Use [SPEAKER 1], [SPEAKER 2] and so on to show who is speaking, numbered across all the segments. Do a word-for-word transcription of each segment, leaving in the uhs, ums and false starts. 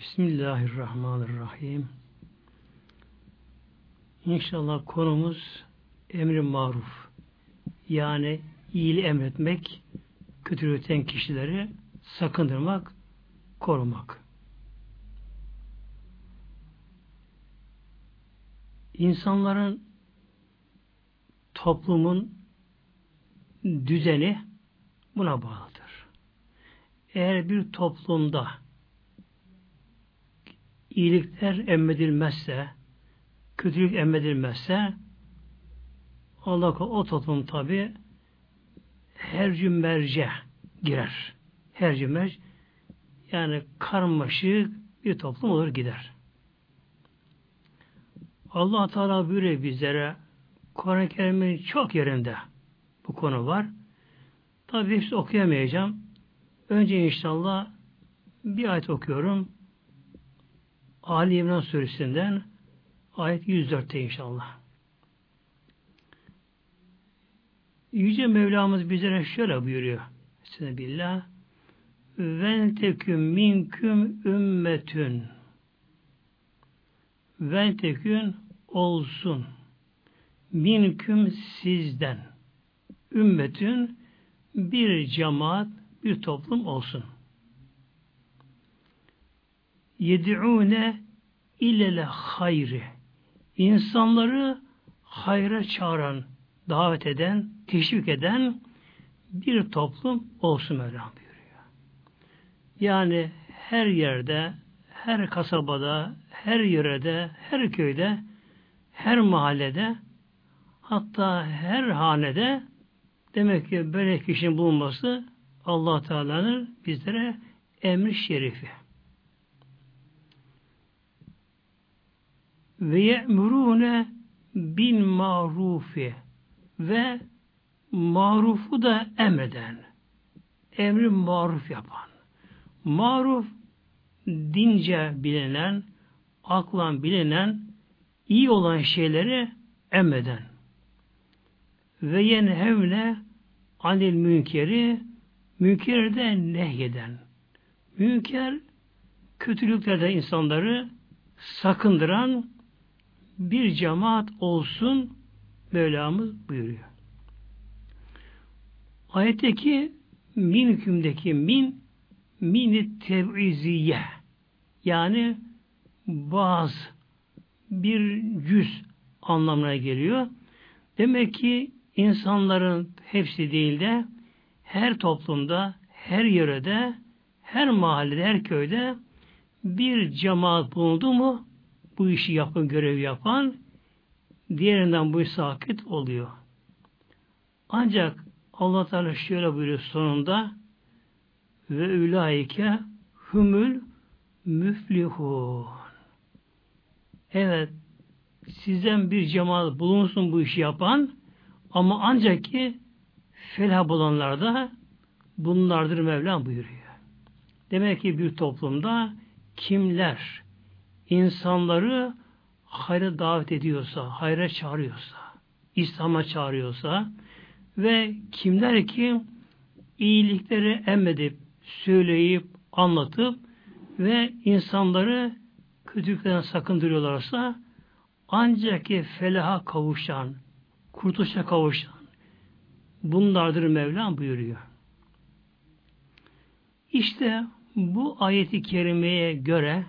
[SPEAKER 1] Bismillahirrahmanirrahim. İnşallah konumuz emri maruf. Yani iyiliği emretmek, kötülükten kişileri sakındırmak, korumak. İnsanların, toplumun düzeni buna bağlıdır. Eğer bir toplumda iyilikler emredilmezse, kötülük emredilmezse, Allah o toplum tabi her cümmerce girer. Her cümmerce yani karmaşık bir toplum olur gider. Allah Teala buyuruyor bizlere, Kur'an-ı Kerim'in çok yerinde bu konu var. Tabi hepsi okuyamayacağım. Önce inşallah bir ayet okuyorum. Ali İmran suresinden ayet yüz dörtte inşallah. Yüce Mevlamız bizlere şöyle buyuruyor. Bismillah. Vel teküm minküm ümmetün. Vel tekün olsun. Minküm sizden. Ümmetün bir cemaat, bir toplum olsun. Yed'ûne ilele hayri. İnsanları hayra çağıran, davet eden, teşvik eden bir toplum olsun Mevlam buyuruyor. Yani her yerde, her kasabada, her yörede, her köyde, her mahallede, hatta her hanede demek ki böyle kişinin bulunması Allah Teala'nın bizlere emri şerifi. Ve ye'murûne bin marufi ve marufu da emreden, emri maruf yapan. Maruf dince bilinen, aklan bilinen, iyi olan şeyleri emreden. Ve yenhevne anil münkeri, münkerden nehyeden. Münker, kötülüklerden insanları sakındıran bir cemaat olsun Mevlamız buyuruyor. Ayetteki min hükümdeki min min-i tev'iziye yani bazı bir cüz anlamına geliyor. Demek ki insanların hepsi değil de her toplumda, her yörede, her mahallede, her köyde bir cemaat bulundu mu bu işi yapan, görevi yapan diğerinden bu iş sakit oluyor. Ancak Allah Teala şöyle buyuruyor sonunda ve ulaike humul müflihun. Evet, sizden bir cemaat bulunsun bu işi yapan ama ancak ki felah bulanlar da bunlardır Mevlam buyuruyor. Demek ki bir toplumda kimler insanları hayra davet ediyorsa, hayra çağırıyorsa, İslam'a çağırıyorsa ve kimler ki iyilikleri emredip, söyleyip, anlatıp ve insanları kötülüklerden sakındırıyorlarsa ancak ki felaha kavuşan, kurtuluşa kavuşan bunlardır Mevlam buyuruyor. İşte bu ayeti kerimeye göre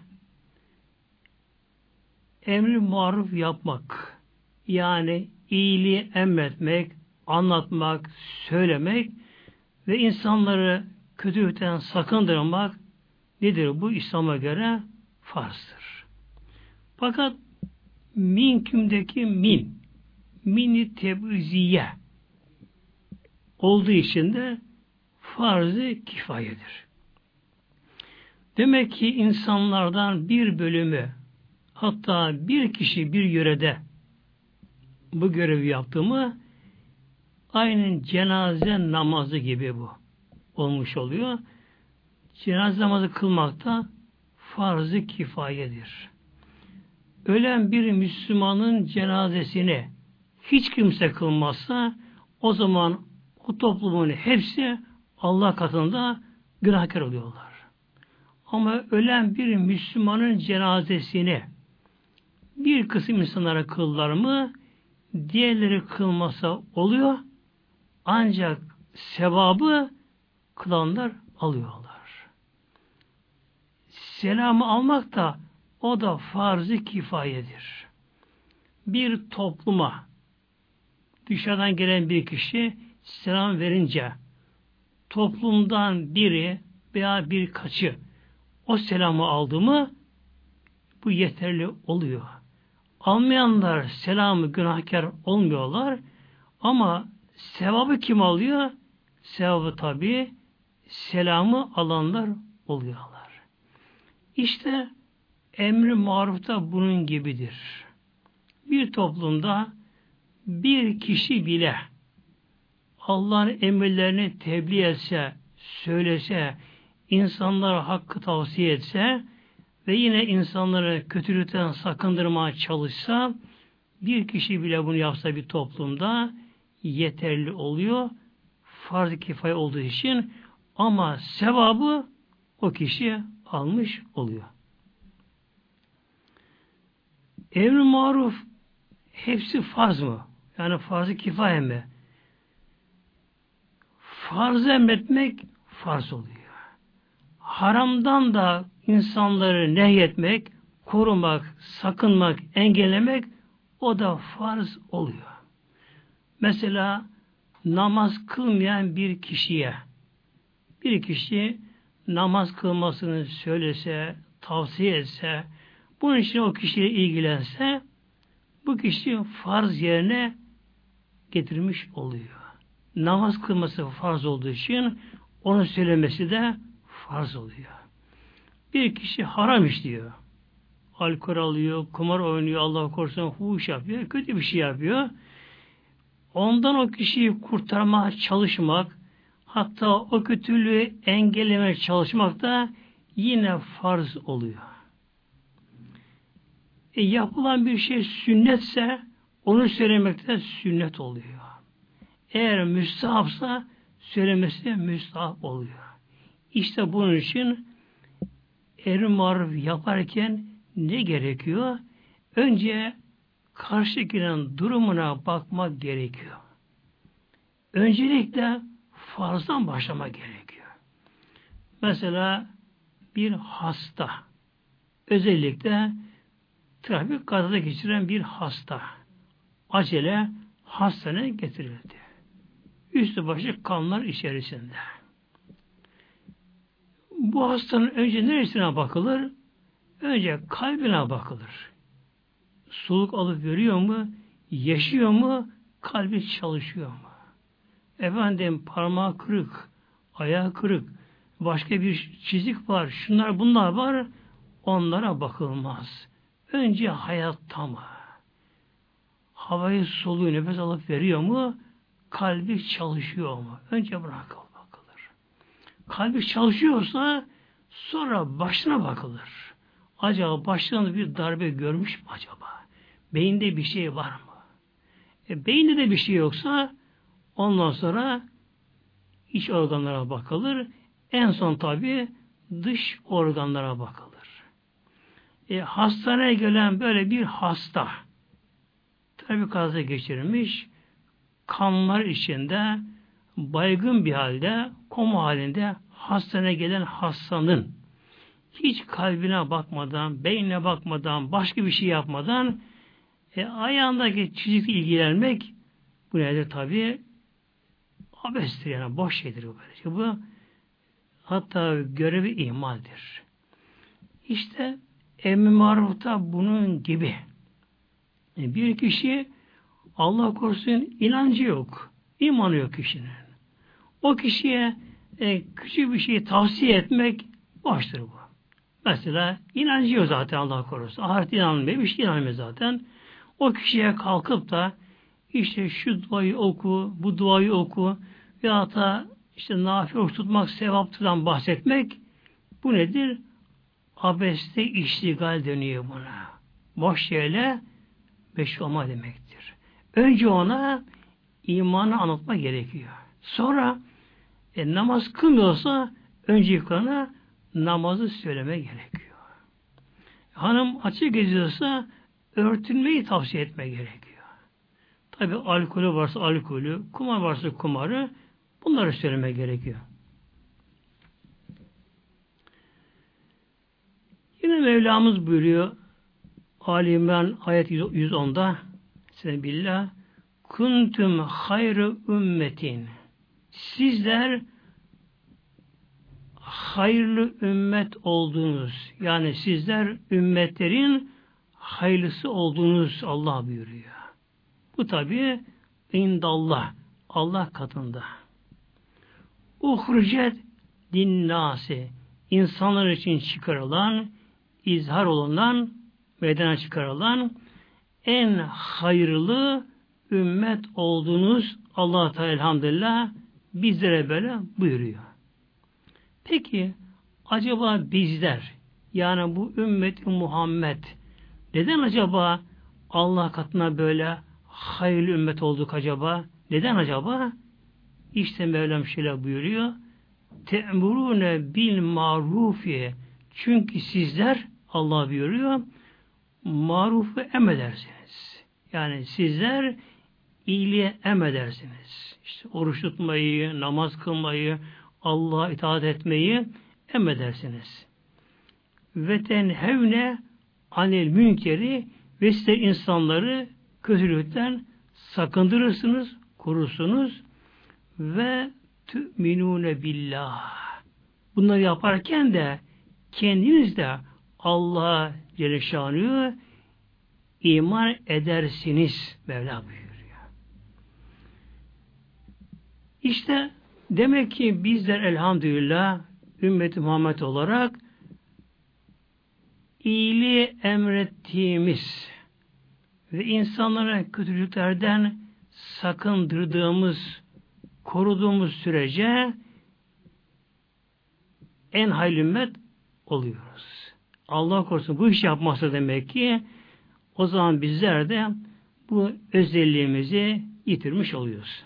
[SPEAKER 1] emri maruf yapmak, yani iyiliği emretmek, anlatmak, söylemek ve insanları kötülükten sakındırmak nedir? Bu İslam'a göre farzdır. Fakat minkümdeki min, mini tebüziye olduğu için de farz-ı kifayedir. Demek ki insanlardan bir bölümü, hatta bir kişi bir yörede bu görevi yaptı mı aynen cenaze namazı gibi bu olmuş oluyor. Cenaze namazı kılmak da farz-ı kifayedir. Ölen bir Müslümanın cenazesini hiç kimse kılmazsa o zaman o toplumun hepsi Allah katında günahkar oluyorlar. Ama ölen bir Müslümanın cenazesini bir kısım insanlara kıllar mı? Diğerleri kılmasa oluyor. Ancak sevabı kılanlar alıyorlar. Selamı almak da o da farz-ı kifayedir. Bir topluma dışarıdan gelen bir kişi selam verince toplumdan biri veya birkaçı o selamı aldı mı bu yeterli oluyor. Almayanlar selamı günahkar olmuyorlar ama sevabı kim alıyor? Sevabı tabi selamı alanlar oluyorlar. İşte emri maruf da bunun gibidir. Bir toplumda bir kişi bile Allah'ın emirlerini tebliğ etse, söylese, insanlara hakkı tavsiye etse ve yine insanları kötülükten sakındırmaya çalışsa, bir kişi bile bunu yapsa bir toplumda yeterli oluyor. Farz-ı kifaye olduğu için ama sevabı o kişi almış oluyor. Emr-i maruf hepsi farz mı? Yani farz-ı kifaye mi? Farz emretmek farz oluyor. Haramdan da insanları nehyetmek, korumak, sakınmak, engellemek o da farz oluyor. Mesela namaz kılmayan bir kişiye bir kişi namaz kılmasını söylese, tavsiye etse, bunun için o kişiyle ilgilense bu kişi farz yerine getirmiş oluyor. Namaz kılması farz olduğu için onu söylemesi de farz oluyor. Bir kişi haram işliyor. Alkol alıyor, kumar oynuyor, Allah korusun fuhuş yapıyor, kötü bir şey yapıyor. Ondan o kişiyi kurtarmaya çalışmak, hatta o kötülüğü engellemeye çalışmak da yine farz oluyor. E, yapılan bir şey sünnetse onu söylemek de sünnet oluyor. Eğer müstahapsa söylemesi müstahap oluyor. İşte bunun için emr-i maruf yaparken ne gerekiyor? Önce karşıdakinin durumuna bakmak gerekiyor. Öncelikle farzdan başlamak gerekiyor. Mesela bir hasta, özellikle trafik kazası geçiren bir hasta, acele hastaneye getirildi. Üstü başı kanlar içerisinde. Bu hastanın önce neresine bakılır? Önce kalbine bakılır. Soluk alıp veriyor mu? Yaşıyor mu? Kalbi çalışıyor mu? Efendim parmağı kırık, ayağı kırık, başka bir çizik var, şunlar bunlar var, onlara bakılmaz. Önce hayatta mı? Havayı soluğu nefes alıp veriyor mu? Kalbi çalışıyor mu? Önce bırakıl bakılır. Kalbi çalışıyorsa sonra başına bakılır. Acaba başlarında bir darbe görmüş mü acaba? Beyinde bir şey var mı? E, beyinde de bir şey yoksa ondan sonra iç organlara bakılır. En son tabi dış organlara bakılır. E, hastaneye gelen böyle bir hasta tabi kaza geçirmiş, kanlar içinde baygın bir halde, koma halinde hastaneye gelen hastanın hiç kalbine bakmadan, beynine bakmadan, başka bir şey yapmadan e, ayağındaki çizikle ilgilenmek bu nedir tabi? Abestir yani, boş şeydir bu böylece. Bu hatta görevi ihmaldir. İşte emr-i marufta bunun gibi. E, bir kişi Allah korusun inancı yok. İmanı yok kişinin. O kişiye e, küçük bir şeyi tavsiye etmek boştur bu. Mesela inancı yok zaten Allah korusun. Ahiret inanmıyor. Bir şey inanmıyor zaten. O kişiye kalkıp da işte şu duayı oku, bu duayı oku veyahut da işte nafile oruç tutmak, sevaptıdan bahsetmek bu nedir? Abeste iştigal dönüyor buna. Boş şeyle meşgul olma demektir. Önce ona imanı anlatma gerekiyor. Sonra e, namaz kılmıyorsa önce ona namazı söyleme gerekiyor. Hanım açık geziyorsa örtünmeyi tavsiye etme gerekiyor. Tabi alkolü varsa alkolü, kumar varsa kumarı, bunları söyleme gerekiyor. Yine Mevlamız buyuruyor Ali İmran ayet yüz onda Senebillah kuntum hayru ümmetin sizler hayırlı ümmet oldunuz. Yani sizler ümmetlerin hayırlısı oldunuz Allah buyuruyor. Bu tabi indallah Allah katında. Uhricet dinnâsi insanlar için çıkarılan, izhar olunan, meydana çıkarılan en hayırlı ümmet oldunuz. Allah Teala elhamdülillah bizlere böyle buyuruyor. Peki acaba bizler yani bu ümmet-i Muhammed neden acaba Allah katına böyle hayırlı ümmet olduk acaba? Neden acaba? İşte Mevlam şöyle buyuruyor. Te'murune bil marufi çünkü sizler Allah buyuruyor marufu emredersiniz. Yani sizler iyiliğe emredersiniz. İşte oruç tutmayı, namaz kılmayı, Allah'a itaat etmeyi emredersiniz. Ve tenhevne anil münkeri ve size insanları kötülükten sakındırırsınız, korursunuz ve tü'minune billah. Bunları yaparken de kendiniz de Allah'a Celle Şanü'ye iman edersiniz Mevla buyuruyor. İşte demek ki bizler elhamdülillah ümmet-i Muhammed olarak iyiliği emrettiğimiz ve insanlara kötülüklerden sakındırdığımız, koruduğumuz sürece en hayırlı ümmet oluyoruz. Allah korusun bu iş yapmazsa demek ki o zaman bizler de bu özelliğimizi yitirmiş oluyoruz.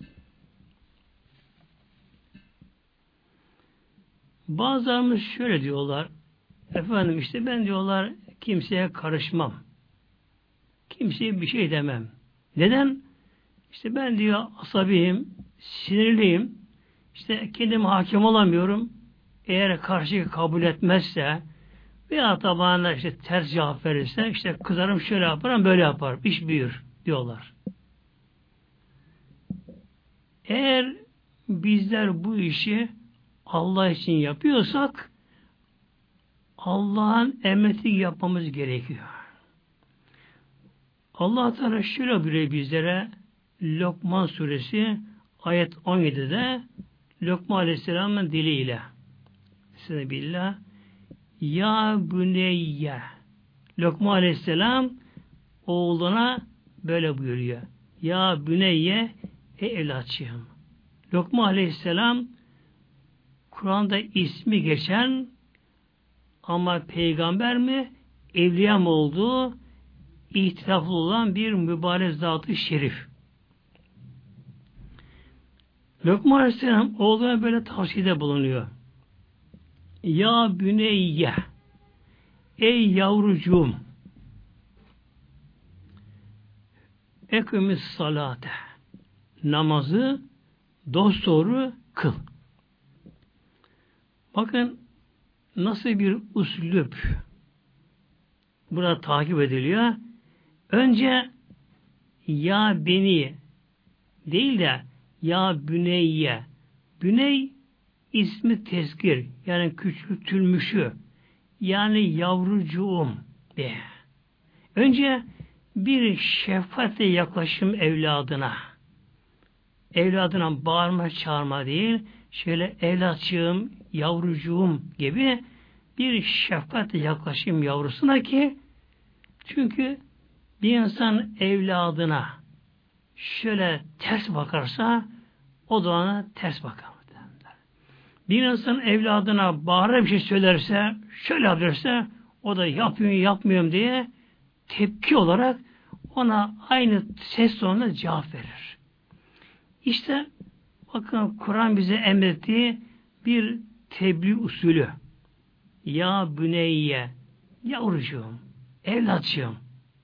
[SPEAKER 1] Bazılarımız şöyle diyorlar, efendim işte ben diyorlar kimseye karışmam. Kimseye bir şey demem. Neden? İşte ben diyor asabiyim, sinirliyim, işte kendim hakim olamıyorum. Eğer karşı kabul etmezse veya da bana işte ters cevap verirse işte kızarım şöyle yaparım böyle yaparım. İş büyür diyorlar. Eğer bizler bu işi Allah için yapıyorsak Allah'ın emreti yapmamız gerekiyor. Allah Teala şöyle buyuruyor bizlere Lokman suresi ayet on yedide Lokman Aleyhisselam'ın diliyle Bismillah Ya büneyye Lokman Aleyhisselam oğluna böyle buyuruyor. Ya büneyye ey evlatçığım. Lokman Aleyhisselam Kur'an'da ismi geçen ama peygamber mi evliya mı olduğu ihtilaflı olan bir mübarek zat-ı şerif. Lokman Aleyhisselam oğluna böyle tavsiyede bulunuyor. Ya büneyye ey yavrucuğum ekimiz salate namazı dosdoğru kıl. Bakın nasıl bir üslup burada takip ediliyor. Önce ya beni değil de ya büneyye. Büney ismi tezkir yani küçültülmüşü yani yavrucuğum diye. Önce bir şefkatle yaklaşım evladına. Evladına bağırma çağırma değil, şöyle evlatçığım, yavrucuğum gibi bir şefkatle yaklaşım yavrusuna ki çünkü bir insan evladına şöyle ters bakarsa o da ona ters bakar. Bir insan evladına bağırarak bir şey söylerse, şöyle yapıyorsa o da yapıyorum yapmıyorum diye tepki olarak ona aynı ses tonunda cevap verir. İşte bakın Kur'an bize emrettiği bir tebliğ usulü. Ya büneyye, yavrucuğum, evlatçığım.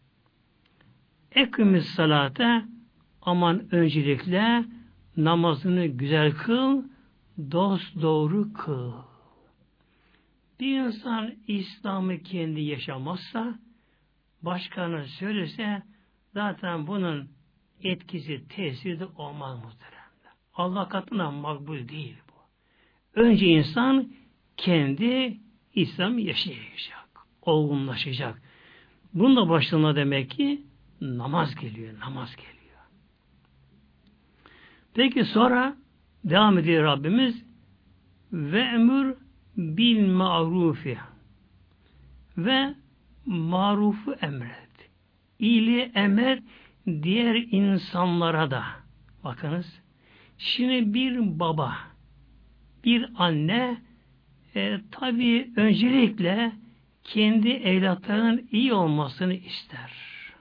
[SPEAKER 1] Ekimiz salate, aman öncelikle namazını güzel kıl, dost doğru kıl. Bir insan İslam'ı kendi yaşamazsa, başkana söylese, zaten bunun etkisi, tesiri de olmaz muhteremler. Allah katından makbul değil bu. Önce insan kendi İslam'ı yaşayacak, olgunlaşacak. Bunun da başlığına demek ki namaz geliyor, namaz geliyor. Peki sonra devam ediyor Rabbimiz ve emür bil ma'rufi ve marufu emret. İyiliği emret diğer insanlara da. Bakınız. Şimdi bir baba, bir anne e, tabii öncelikle kendi evlatlarının iyi olmasını ister.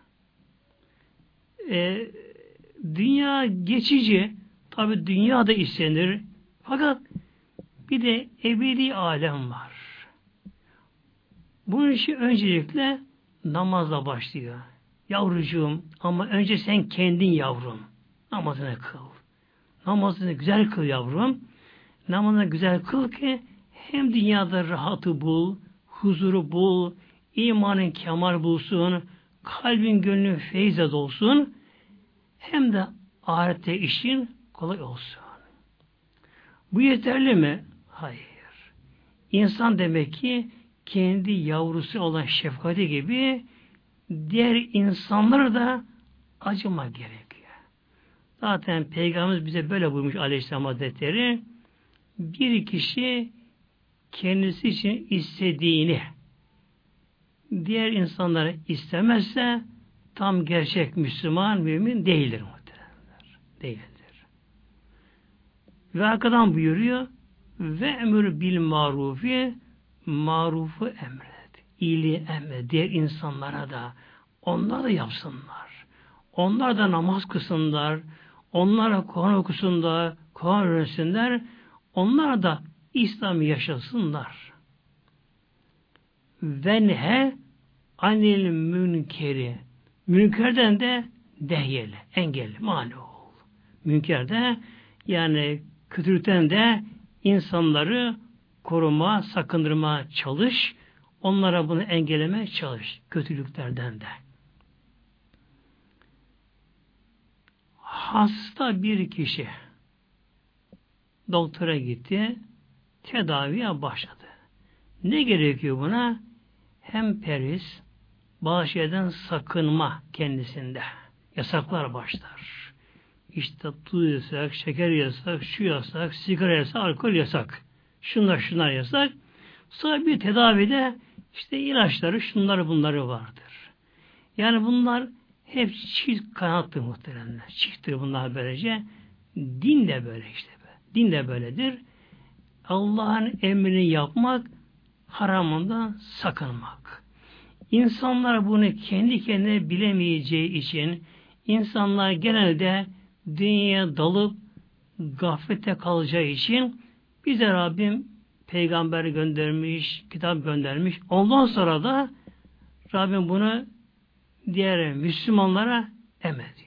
[SPEAKER 1] E, dünya geçici, tabii dünya da istenir. Fakat bir de ebedi alem var. Bunun için öncelikle namazla başlıyor. Yavrucuğum, ama önce sen kendin yavrum. Namazını kıl. Namazını güzel kıl yavrum. Namazını güzel kıl ki hem dünyada rahatı bul, huzuru bul, imanın kemal bulsun, kalbin gönlün feyze dolsun, hem de ahirette işin kolay olsun. Bu yeterli mi? Hayır. İnsan demek ki kendi yavrusu olan şefkati gibi diğer insanlara da acıma gerekiyor. Zaten Peygamberimiz bize böyle buyurmuş Aleyhisselam Hazretleri, bir kişi kendisi için istediğini diğer insanlara istemezse tam gerçek Müslüman, mümin değildir muhtemelenler. Değildir. Ve arkadan buyuruyor ve emür bil marufi, marufu emret. İyiliği emret. Diğer insanlara da onlar da yapsınlar. Onlar da namaz kılsınlar. Onlar da Kur'an okusunlar. Kur'an öğrensinler. Onlar da İslam'ı yaşasınlar. Venhe anil münkeri. Münkerden de dehyele, engel, mani ol. Münkerde yani kötülükten de insanları koruma, sakındırma çalış. Onlara bunu engelleme çalış. Kötülüklerden de. Hasta bir kişi doktora gitti, tedaviye başladı. Ne gerekiyor buna? Hem periz, bazı şeyden sakınma kendisinde. Yasaklar başlar. İşte tuz yasak, şeker yasak, şu yasak, sigara yasak, alkol yasak. Şunlar şunlar yasak. Sonra bir tedavide işte ilaçları, şunları bunları vardır. Yani bunlar hep çift kanattır muhtemelen. Çifttir bunlar böylece. Din de böyle işte. Din de böyledir. Allah'ın emrini yapmak, haramından sakınmak. İnsanlar bunu kendi kendine bilemeyeceği için insanlar genelde dünyaya dalıp gaflete kalacağı için bize Rabbim peygamber göndermiş, kitap göndermiş. Ondan sonra da Rabbim bunu diğer Müslümanlara emrediyor.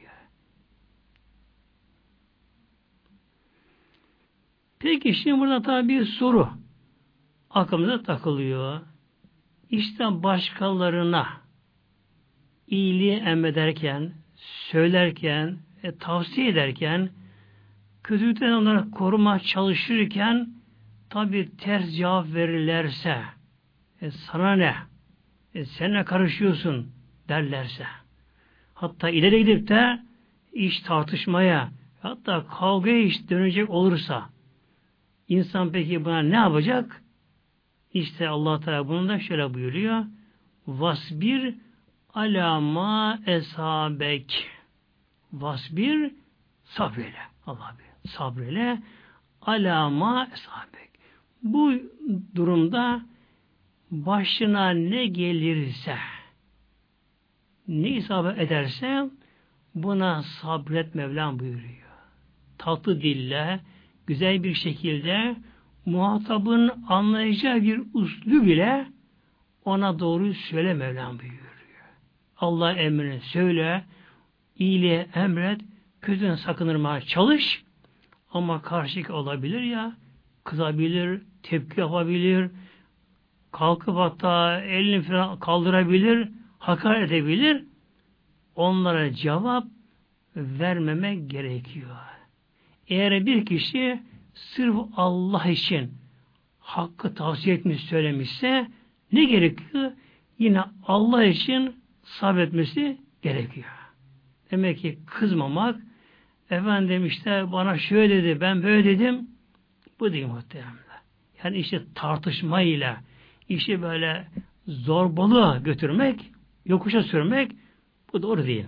[SPEAKER 1] Peki şimdi burada tabi bir soru aklımıza takılıyor. İşte başkalarına iyiliği emrederken, söylerken, e, tavsiye ederken, kötülükten onları koruma çalışırken tabi ters cevap verirlerse, e, sana ne? E, sen ne karışıyorsun derlerse, hatta ileri gidip de iş tartışmaya, hatta kavgaya iş dönecek olursa, İnsan peki buna ne yapacak? İşte Allah Teala bunu da şöyle buyuruyor. Vasbir alama esabek. Vasbir sabrele. Allah bir sabrele alama esabek. Bu durumda başına ne gelirse, ne isabet ederse buna sabret Mevlam buyuruyor. Tatlı dille, güzel bir şekilde muhatabın anlayacağı bir uslu bile ona doğru söyle Mevlam buyuruyor. Allah emrini söyle, iyiliğe emret, kötüden sakınırmaya çalış ama karşılık olabilir ya, kızabilir, tepki yapabilir, kalkıp hatta elini falan kaldırabilir, hakaret edebilir. Onlara cevap vermemek gerekiyor. Eğer bir kişi sırf Allah için hakkı tavsiye etmiş söylemişse ne gerekiyor? Yine Allah için sabretmesi gerekiyor. Demek ki kızmamak, efendim işte bana şöyle dedi, ben böyle dedim, bu değil muhtemelen. Yani işte tartışmayla, işi böyle zorbalığa götürmek, yokuşa sürmek, bu doğru değil.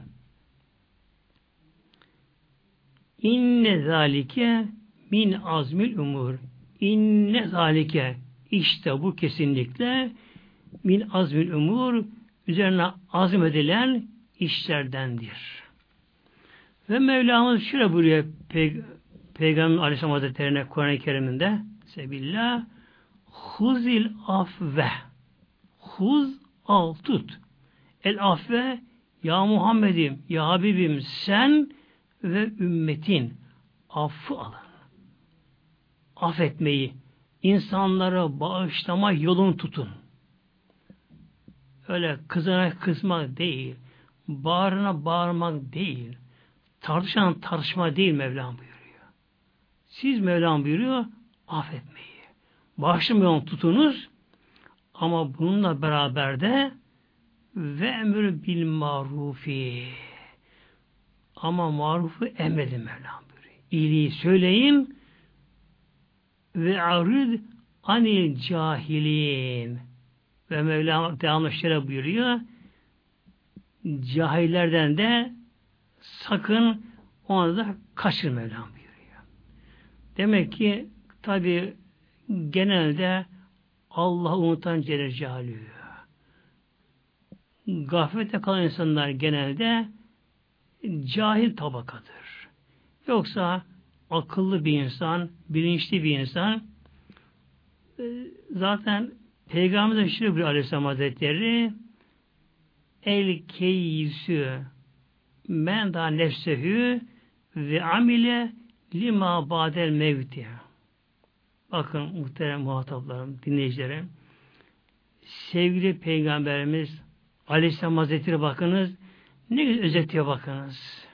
[SPEAKER 1] İnne zalike min azmil umur. İnne zalike, işte bu kesinlikle min azmil umur, üzerine azmedilen işlerdendir. Ve Mevlamız şöyle buyuruyor Pey Peygamber Aleyhisselam Hazretleri'ne Kur'an-ı Kerim'inde Sebillah huzil afve, huz al tut, el afve, ya Muhammed'im, ya Habibim, sen ve ümmetin affı alın. Affetmeyi, insanlara bağışlama yolunu tutun. Öyle kızana kızmak değil, bağrına bağırmak değil, tartışan tartışma değil Mevlam buyuruyor. Siz Mevlam buyuruyor, affetmeyi. Bağışlamayın tutunuz ama bununla beraber de ve emrü bil marufi. Ama marufu emredin Mevlam buyuruyor. İyiliği söyleyin ve arid anil cahilin. Ve Mevlam devamlı şöyle buyuruyor. Cahillerden de sakın ona da kaçır Mevlam buyuruyor. Demek ki tabi genelde Allah'ı unutan Celle Celaluhu. Gaflete kalan insanlar genelde cahil tabakadır. Yoksa akıllı bir insan, bilinçli bir insan zaten Peygamber şöyle bir Aleyhisselam Hazretleri el keyyisü men da nefsehü ve amile lima ba'del mevti. Bakın muhterem muhataplarım, dinleyicilerim. Sevgili Peygamberimiz Aleyhisselam Hazretleri bakınız, ne güzel özetiyor bakınız.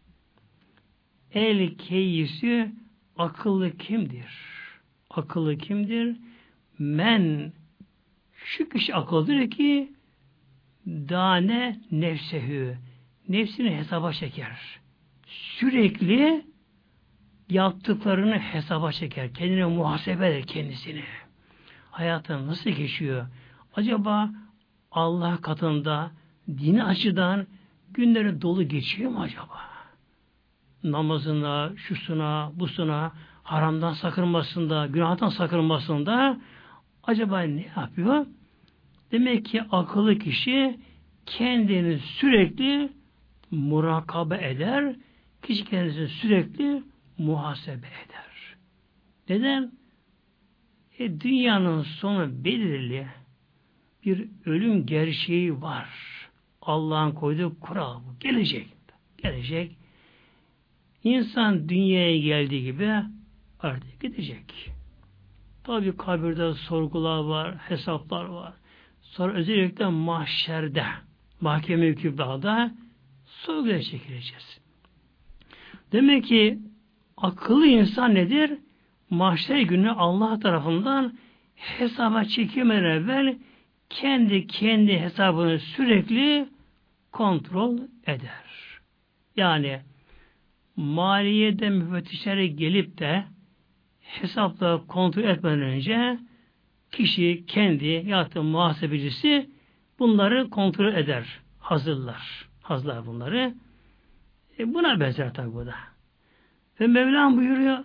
[SPEAKER 1] El keyyisü akıllı kimdir? Akıllı kimdir? Men şu kişi akıllıdır ki dane nefsehü nefsini hesaba çeker. Sürekli yaptıklarını hesaba çeker. Kendine muhasebe eder kendisini. Hayatın nasıl geçiyor? Acaba Allah katında dini açıdan günleri dolu geçiyor mu acaba? Namazına, şusuna, busuna, haramdan sakınmasında, günahtan sakınmasında acaba ne yapıyor? Demek ki akıllı kişi kendini sürekli murakabe eder, kişi kendisini sürekli muhasebe eder. Neden? E, dünyanın sonu belirli. Bir ölüm gerçeği var. Allah'ın koyduğu kural bu. Gelecek. Gelecek. İnsan dünyaya geldiği gibi artık gidecek. Tabi kabirde sorgular var, hesaplar var. Sonra özellikle mahşerde, mahkeme-i kübrada sorguya çekileceğiz. Demek ki akıllı insan nedir? Mahşer günü Allah tarafından hesaba çekilmeden evvel kendi kendi hesabını sürekli kontrol eder. Yani maliyede müfettişlere gelip de hesapla kontrol etmeden önce kişi kendi yaptığı muhasebecisi bunları kontrol eder. Hazırlar. Hazırlar bunları. E buna benzer tabi bu da. Ve Mevlam buyuruyor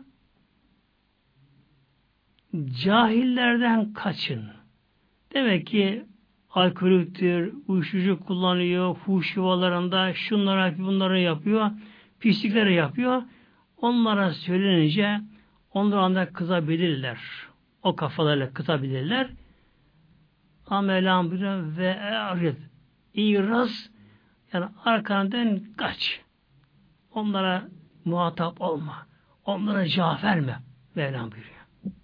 [SPEAKER 1] cahillerden kaçın. Demek ki alkoliktir, uyuşturucu kullanıyor, fuhuş yuvalarında şunlara bunları yapıyor, pislikleri yapıyor. Onlara söylenince onlar anda kızabilirler. O kafalarla kıtabilirler. Amelan bir ve e'rid. İraz yani arkandan kaç. Onlara muhatap olma. Onlara cevap verme. Mevlam buyuruyor.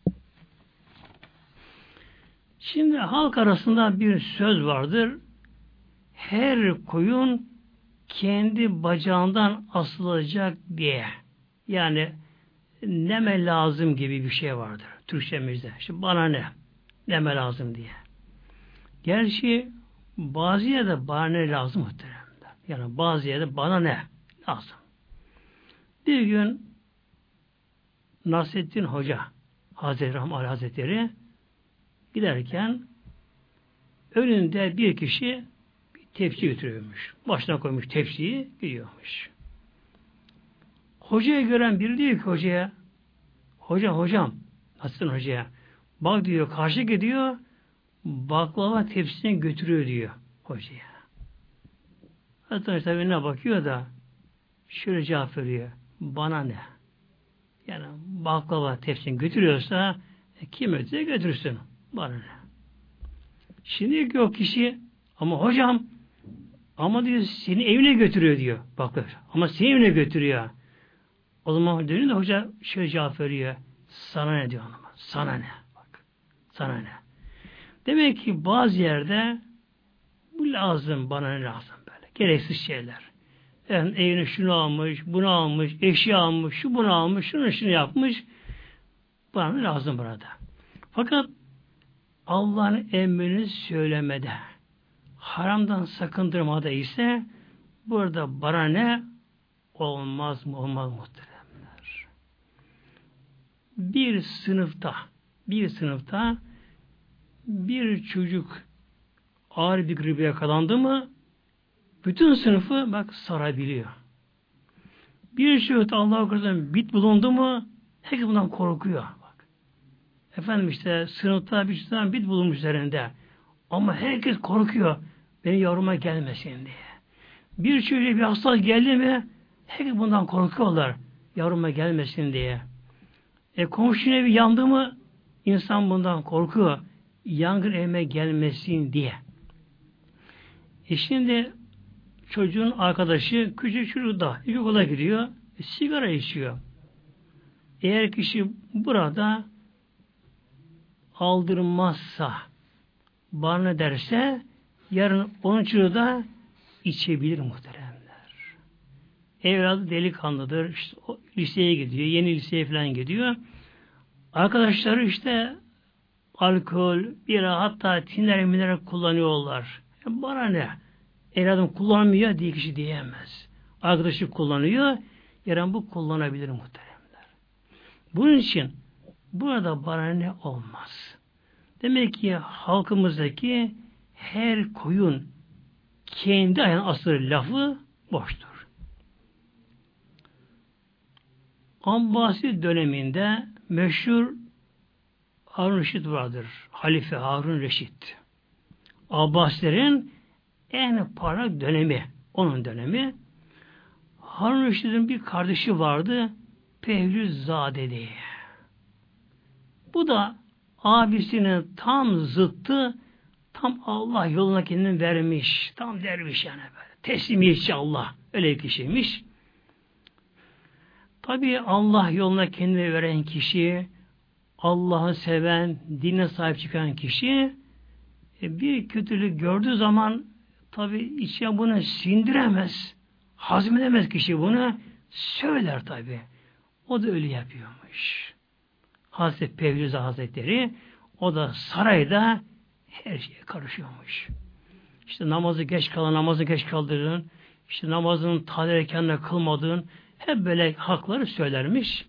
[SPEAKER 1] Şimdi halk arasında bir söz vardır. Her koyun kendi bacağından asılacak diye. Yani neme lazım gibi bir şey vardır Türkçemizde. Şimdi bana ne? Neme lazım diye. Gerçi bazı yerde bana ne lazım muhteremler. Yani bazı yerde bana ne lazım. Bir gün Nasrettin Hoca Hazreti Rahman Hazretleri giderken önünde bir kişi bir tepsi götürüyormuş. Başına koymuş tepsiyi gidiyormuş. Hocayı gören biri diyor ki hocaya, hocam hocam Nasrettin Hoca'ya bak diyor karşı gidiyor baklava tepsisini götürüyor diyor hocaya. Nasrettin Hoca tabi ne bakıyor da şöyle cevap veriyor. Bana ne? Yani baklava tepsini götürüyorsa e, kim öteye götürsün. Bana ne? Şimdi o kişi ama hocam ama diyor seni evine götürüyor diyor. Bak ama seni evine götürüyor. O zaman dönüyor da hoca şöyle cevap veriyor. Sana ne diyor hanıma? Sana ne? Bak. Sana ne? Demek ki bazı yerde bu lazım, bana ne lazım böyle. Gereksiz şeyler. Yani evine şunu almış, bunu almış, eşya almış, şu bunu almış, şunu şunu yapmış. Bana ne lazım burada. Fakat Allah'ın emrini söylemede, haramdan sakındırmada ise burada bana ne olmaz mı olmaz muhteremler. Bir sınıfta bir sınıfta bir çocuk ağır bir gribe yakalandı mı bütün sınıfı bak sarabiliyor. Bir çocuk Allah'a korusun bit bulundu mu herkes bundan korkuyor. Bak. Efendim işte sınıfta bir çocuktan bit bulunmuş üzerinde. Ama herkes korkuyor. Benim yavruma gelmesin diye. Bir çocuğa bir hastalık geldi mi herkes bundan korkuyorlar. Yavruma gelmesin diye. E komşunun evi yandı mı insan bundan korkuyor. Yangın evime gelmesin diye. E şimdi çocuğun arkadaşı küçük çocuk da ilkokula gidiyor. E, sigara içiyor. Eğer kişi burada aldırmazsa bana derse yarın onun çocuğu da içebilir muhteremler. Evladı delikanlıdır. İşte o liseye gidiyor. Yeni liseye falan gidiyor. Arkadaşları işte alkol, bira hatta tiner mineral kullanıyorlar. E bana ne? Evladım kullanmıyor diye kişi diyemez. Arkadaşı kullanıyor. Yarın bu kullanabilir muhteremler. Bunun için burada bana ne olmaz. Demek ki halkımızdaki her koyun kendi ayağına asılır lafı boştur. Abbasi döneminde meşhur Harun Reşit vardır. Halife Harun Reşit. Abbasilerin en parlak dönemi. Onun dönemi. Harun Reşit'in bir kardeşi vardı. Pehlizzade diye. Bu da abisinin tam zıttı, tam Allah yoluna kendini vermiş. Tam derviş yani böyle. Teslimiyetçi Allah. Öyle bir kişiymiş. Tabi Allah yoluna kendini veren kişi, Allah'ı seven, dine sahip çıkan kişi bir kötülük gördüğü zaman tabi içine bunu sindiremez. Hazmedemez kişi bunu. Söyler tabi. O da öyle yapıyormuş. Hazreti Pevlüze Hazretleri o da sarayda her şeye karışıyormuş. İşte namazı geç kalan, namazı geç kaldırdın, işte namazın tahlil erkenle kılmadığın hep böyle hakları söylermiş.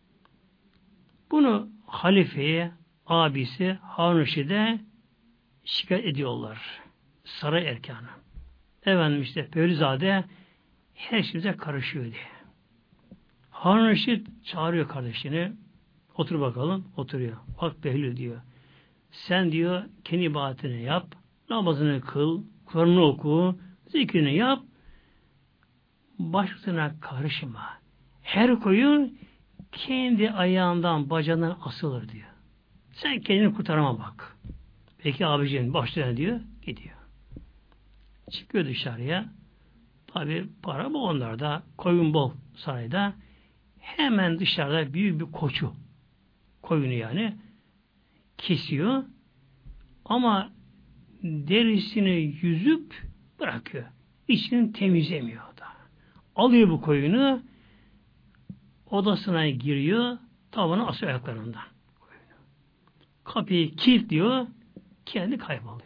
[SPEAKER 1] Bunu halifeye, abisi Harun Reşid'e şikayet ediyorlar. Saray erkanı. Efendim işte Pevlizade her şeyimize karışıyor diye. Harun Reşid çağırıyor kardeşini. Otur bakalım. Oturuyor. Bak Behlül diyor. Sen diyor kendi ibadetini yap. Namazını kıl. Kur'an'ını oku. Zikrini yap. Başkasına karışma. Her koyun kendi ayağından bacağından asılır diyor. Sen kendini kurtarama bak. Peki abicim başlayalım diyor. Gidiyor. Çıkıyor dışarıya. Tabi para bu onlarda. Koyun bol sarayda. Hemen dışarıda büyük bir koçu. Koyunu yani. Kesiyor. Ama derisini yüzüp bırakıyor. İçini temizlemiyor da. Alıyor bu koyunu. Odasına giriyor. Tavana asıyor ayaklarından. Kapıyı kilitliyor. Kendi kayboluyor.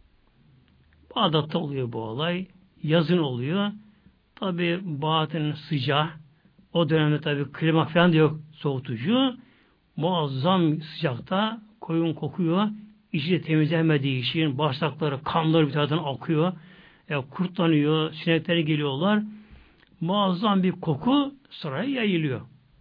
[SPEAKER 1] Bağdat'ta oluyor bu olay. Yazın oluyor. Tabi Bağdat'ın sıcağı. O dönemde tabi klima falan da yok, soğutucu. Muazzam sıcakta koyun kokuyor. İçi de temizlenmediği için bağırsakları, kanları bir taraftan akıyor. E, kurtlanıyor. Sinekleri geliyorlar. Muazzam bir koku saraya yayılıyor.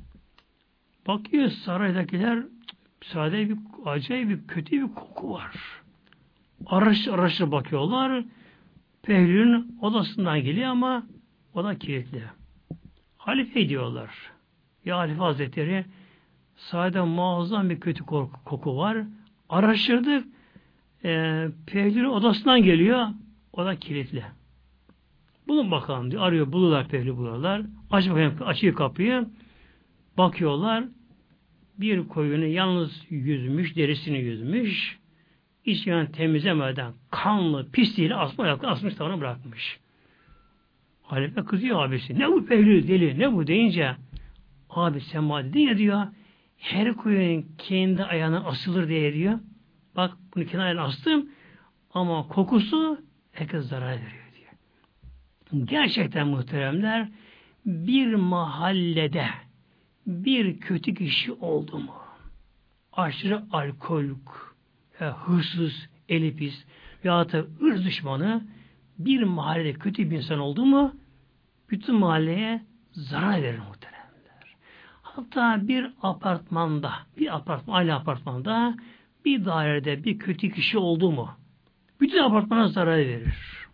[SPEAKER 1] Bakıyor saraydakiler sadece bir acayip bir kötü bir koku var. Araş araştır bakıyorlar. Pehlül'ün odasından geliyor ama o da kilitli. Halife diyorlar. Ya Halife Hazretleri sadece muazzam bir kötü koku, koku var. Araştırdık. E, Pehlül'ün odasından geliyor. O da kilitli. Bulun bakalım diyor. Arıyor. Bulurlar Pehlül bulurlar. Aç bakayım. Açıyor kapıyı. Bakıyorlar. Bir koyunu yalnız yüzmüş. Derisini yüzmüş. İçini temizlemeden kanlı, pisliğiyle asma ayakta asmış tavana bırakmış. Halife kızıyor abisi. Ne bu Pehlül deli? Ne bu deyince abi sen bana dedin ya diyor. Her koyunun kendi ayağına asılır diye diyor. Bak bunu kendi ayağına astım ama kokusu herkes zarar veriyor diyor. Gerçekten muhteremler bir mahallede bir kötü kişi oldu mu? Aşırı alkolik, ya hırsız, elipis ya da ırz düşmanı bir mahallede kötü bir insan oldu mu bütün mahalleye zarar verir muhteremler. Hatta bir apartmanda, bir apartman, aynı apartmanda bir dairede bir kötü kişi oldu mu bütün apartmana zarar verir.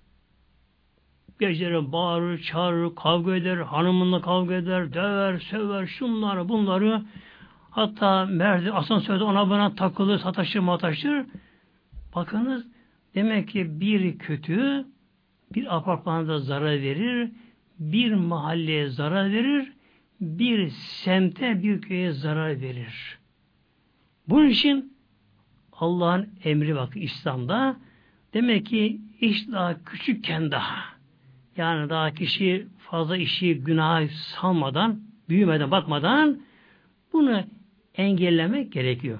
[SPEAKER 1] Geceleri bağırır, çağırır, kavga eder, hanımınla kavga eder, döver, söver, şunları, bunları. Hatta merdi, asansörde ona bana takılır, sataşır, mataşır. Bakınız, demek ki bir kötü bir apartmanda zarar verir, bir mahalleye zarar verir, bir semte, bir köye zarar verir. Bunun için Allah'ın emri bak İslam'da demek ki iş daha küçükken daha yani daha kişi fazla işi günah salmadan, büyümeden, bakmadan bunu engellemek gerekiyor.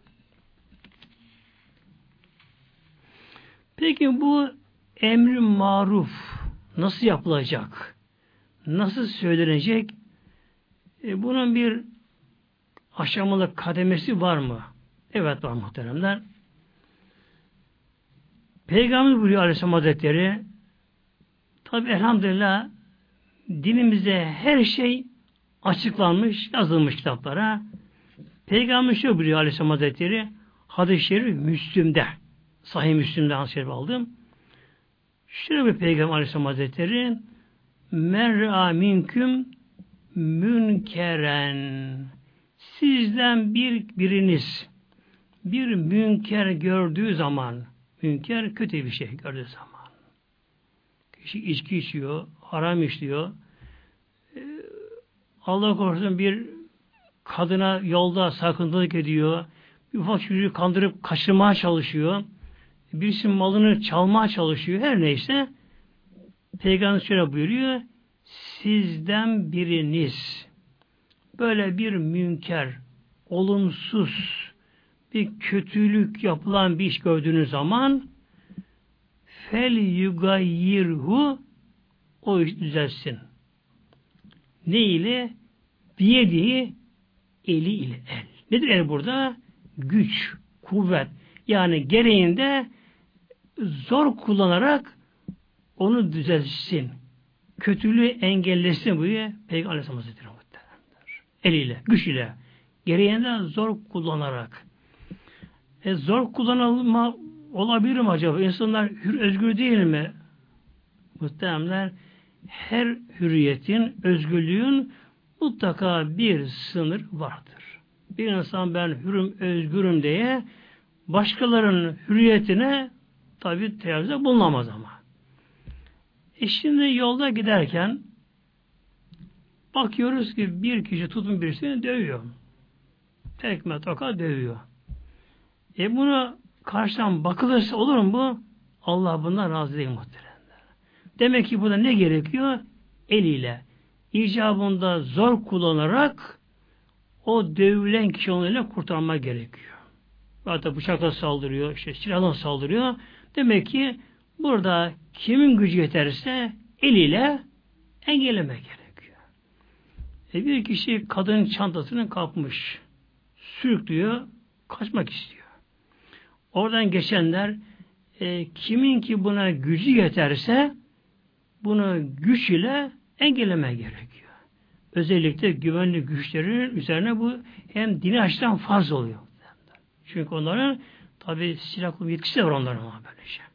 [SPEAKER 1] Peki bu emri maruf nasıl yapılacak? Nasıl söylenecek? E, bunun bir aşamalı kademesi var mı? Evet var muhteremler. Peygamber buyuruyor Aleyhisselam Hazretleri tabi elhamdülillah dinimizde her şey açıklanmış, yazılmış kitaplara. Peygamber şöyle buyuruyor Aleyhisselam Hazretleri hadis-i şerif Müslüm'de Sahih Müslüm'de hadis-i şerif aldım. Şöyle bir Peygamber Aleyhisselam Hazretleri men ra'a minküm münkeren sizden bir biriniz bir münker gördüğü zaman münker kötü bir şey gördüğü zaman kişi içki içiyor, haram işliyor, Allah korusun bir kadına yolda sakıntılık ediyor, bir ufak çocuğu kandırıp kaçırmaya çalışıyor, birisinin malını çalmaya çalışıyor, her neyse Peygamber şöyle buyuruyor, sizden biriniz böyle bir münker, olumsuz bir kötülük yapılan bir iş gördüğünüz zaman fel yugayyirhu o iş düzelsin. Ne ile? Biyediği eli ile el. Nedir el burada? Güç, kuvvet. Yani gereğinde zor kullanarak onu düzelsin. Kötülüğü engellesin buyuruyor Peygamber Aleyhisselam Hazretleri. Eliyle, güç ile. Gereğinde zor kullanarak. E, zor kullanılma olabilir mi acaba? İnsanlar hür, özgür değil mi? Muhteremler, her hürriyetin, özgürlüğün mutlaka bir sınır vardır. Bir insan ben hürüm, özgürüm diye başkalarının hürriyetine tabi tecavüzde bulunamaz ama. E şimdi yolda giderken bakıyoruz ki bir kişi tutun birisini dövüyor. Tekme toka dövüyor. E bunu karşıdan bakılırsa olur mu bu? Allah bundan razı değil muhteremler. Demek ki burada ne gerekiyor? Eliyle. İcabında zor kullanarak o dövülen kişi onunla kurtarmak gerekiyor. Hatta bıçakla saldırıyor, işte silahla saldırıyor. Demek ki burada kimin gücü yeterse eliyle engellemek gerekiyor. E bir kişi kadının çantasını kapmış. Sürüklüyor, kaçmak istiyor. Oradan geçenler e, kimin ki buna gücü yeterse bunu güç ile engelleme gerekiyor. Özellikle güvenlik güçlerinin üzerine bu hem dini açıdan farz oluyor. Çünkü onların tabi silahlı yetkisi de var onların ama böyle şey.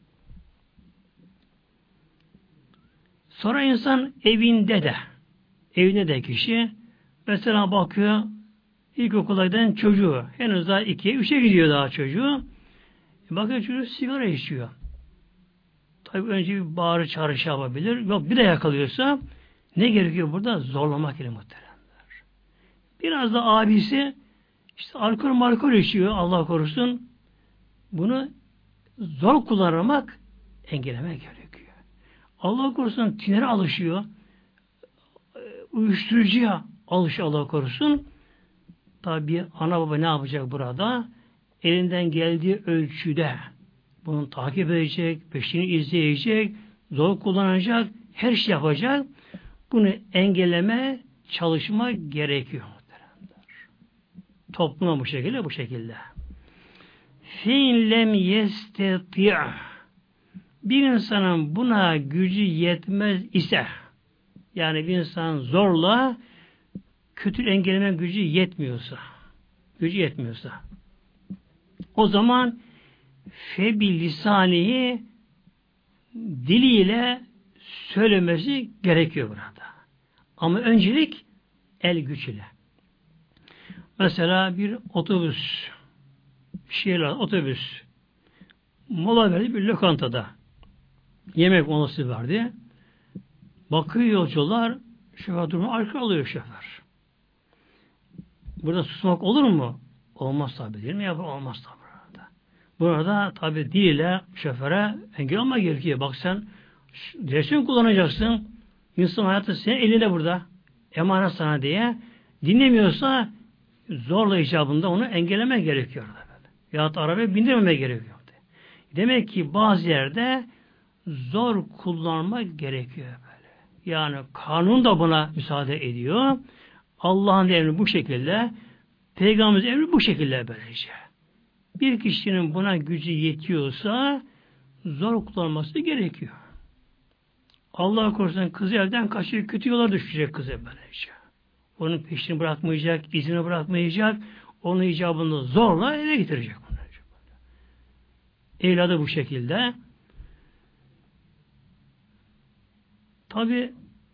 [SPEAKER 1] Sonra insan evinde de evinde de kişi mesela bakıyor ilkokula giden çocuğu henüz daha ikiye, üçe gidiyor daha çocuğu. E bakıyor çocuğu sigara içiyor. Tabi önce bir bağırı çağrı şey yapabilir. Yok bir de yakalıyorsa ne gerekiyor burada? Zorlamak ile muhteremler. Biraz da abisi işte alkol markol içiyor Allah korusun. Bunu zor kullanmak engellemek gerekiyor. Allah korusun tinere alışıyor. Uyuşturucuya alışıyor Allah korusun. Tabi ana baba ne yapacak burada? Elinden geldiği ölçüde bunu takip edecek, peşini izleyecek, zor kullanacak, her şey yapacak. Bunu engelleme, çalışma gerekiyor. Topluma bu şekilde, bu şekilde. Fin lem yesteti' bir insanın buna gücü yetmez ise yani bir insan zorla kötü engelleme gücü yetmiyorsa gücü yetmiyorsa o zaman febi lisanihi diliyle söylemesi gerekiyor burada. Ama öncelik el güç ile. Mesela bir otobüs şehirler otobüs mola verdi bir lokantada. Yemek molası verdi. Bakıyor yolcular şoför durumu arka alıyor şoför. Burada susmak olur mu? Olmaz tabi değil mi? Ya, olmaz tabi burada. Burada tabi dil ile şoföre engel olma gerekiyor. Bak sen direksiyon kullanacaksın. İnsan hayatı senin elinde burada. Emanet sana diye. Dinlemiyorsa zorla icabında onu engelleme gerekiyor. Ya da arabaya bindirmeme gerekiyor. Demek ki bazı yerde zor kullanmak gerekiyor böyle. Yani kanun da buna müsaade ediyor. Allah'ın emri bu şekilde, Peygamberimizin emri bu şekilde böylece. Bir kişinin buna gücü yetiyorsa zor kullanması gerekiyor. Allah korusun kızı evden kaçırıp kötü yola düşecek kızı böylece. Onun peşini bırakmayacak, izini bırakmayacak, onun icabını zorla eve getirecek. Evladı bu şekilde. Tabi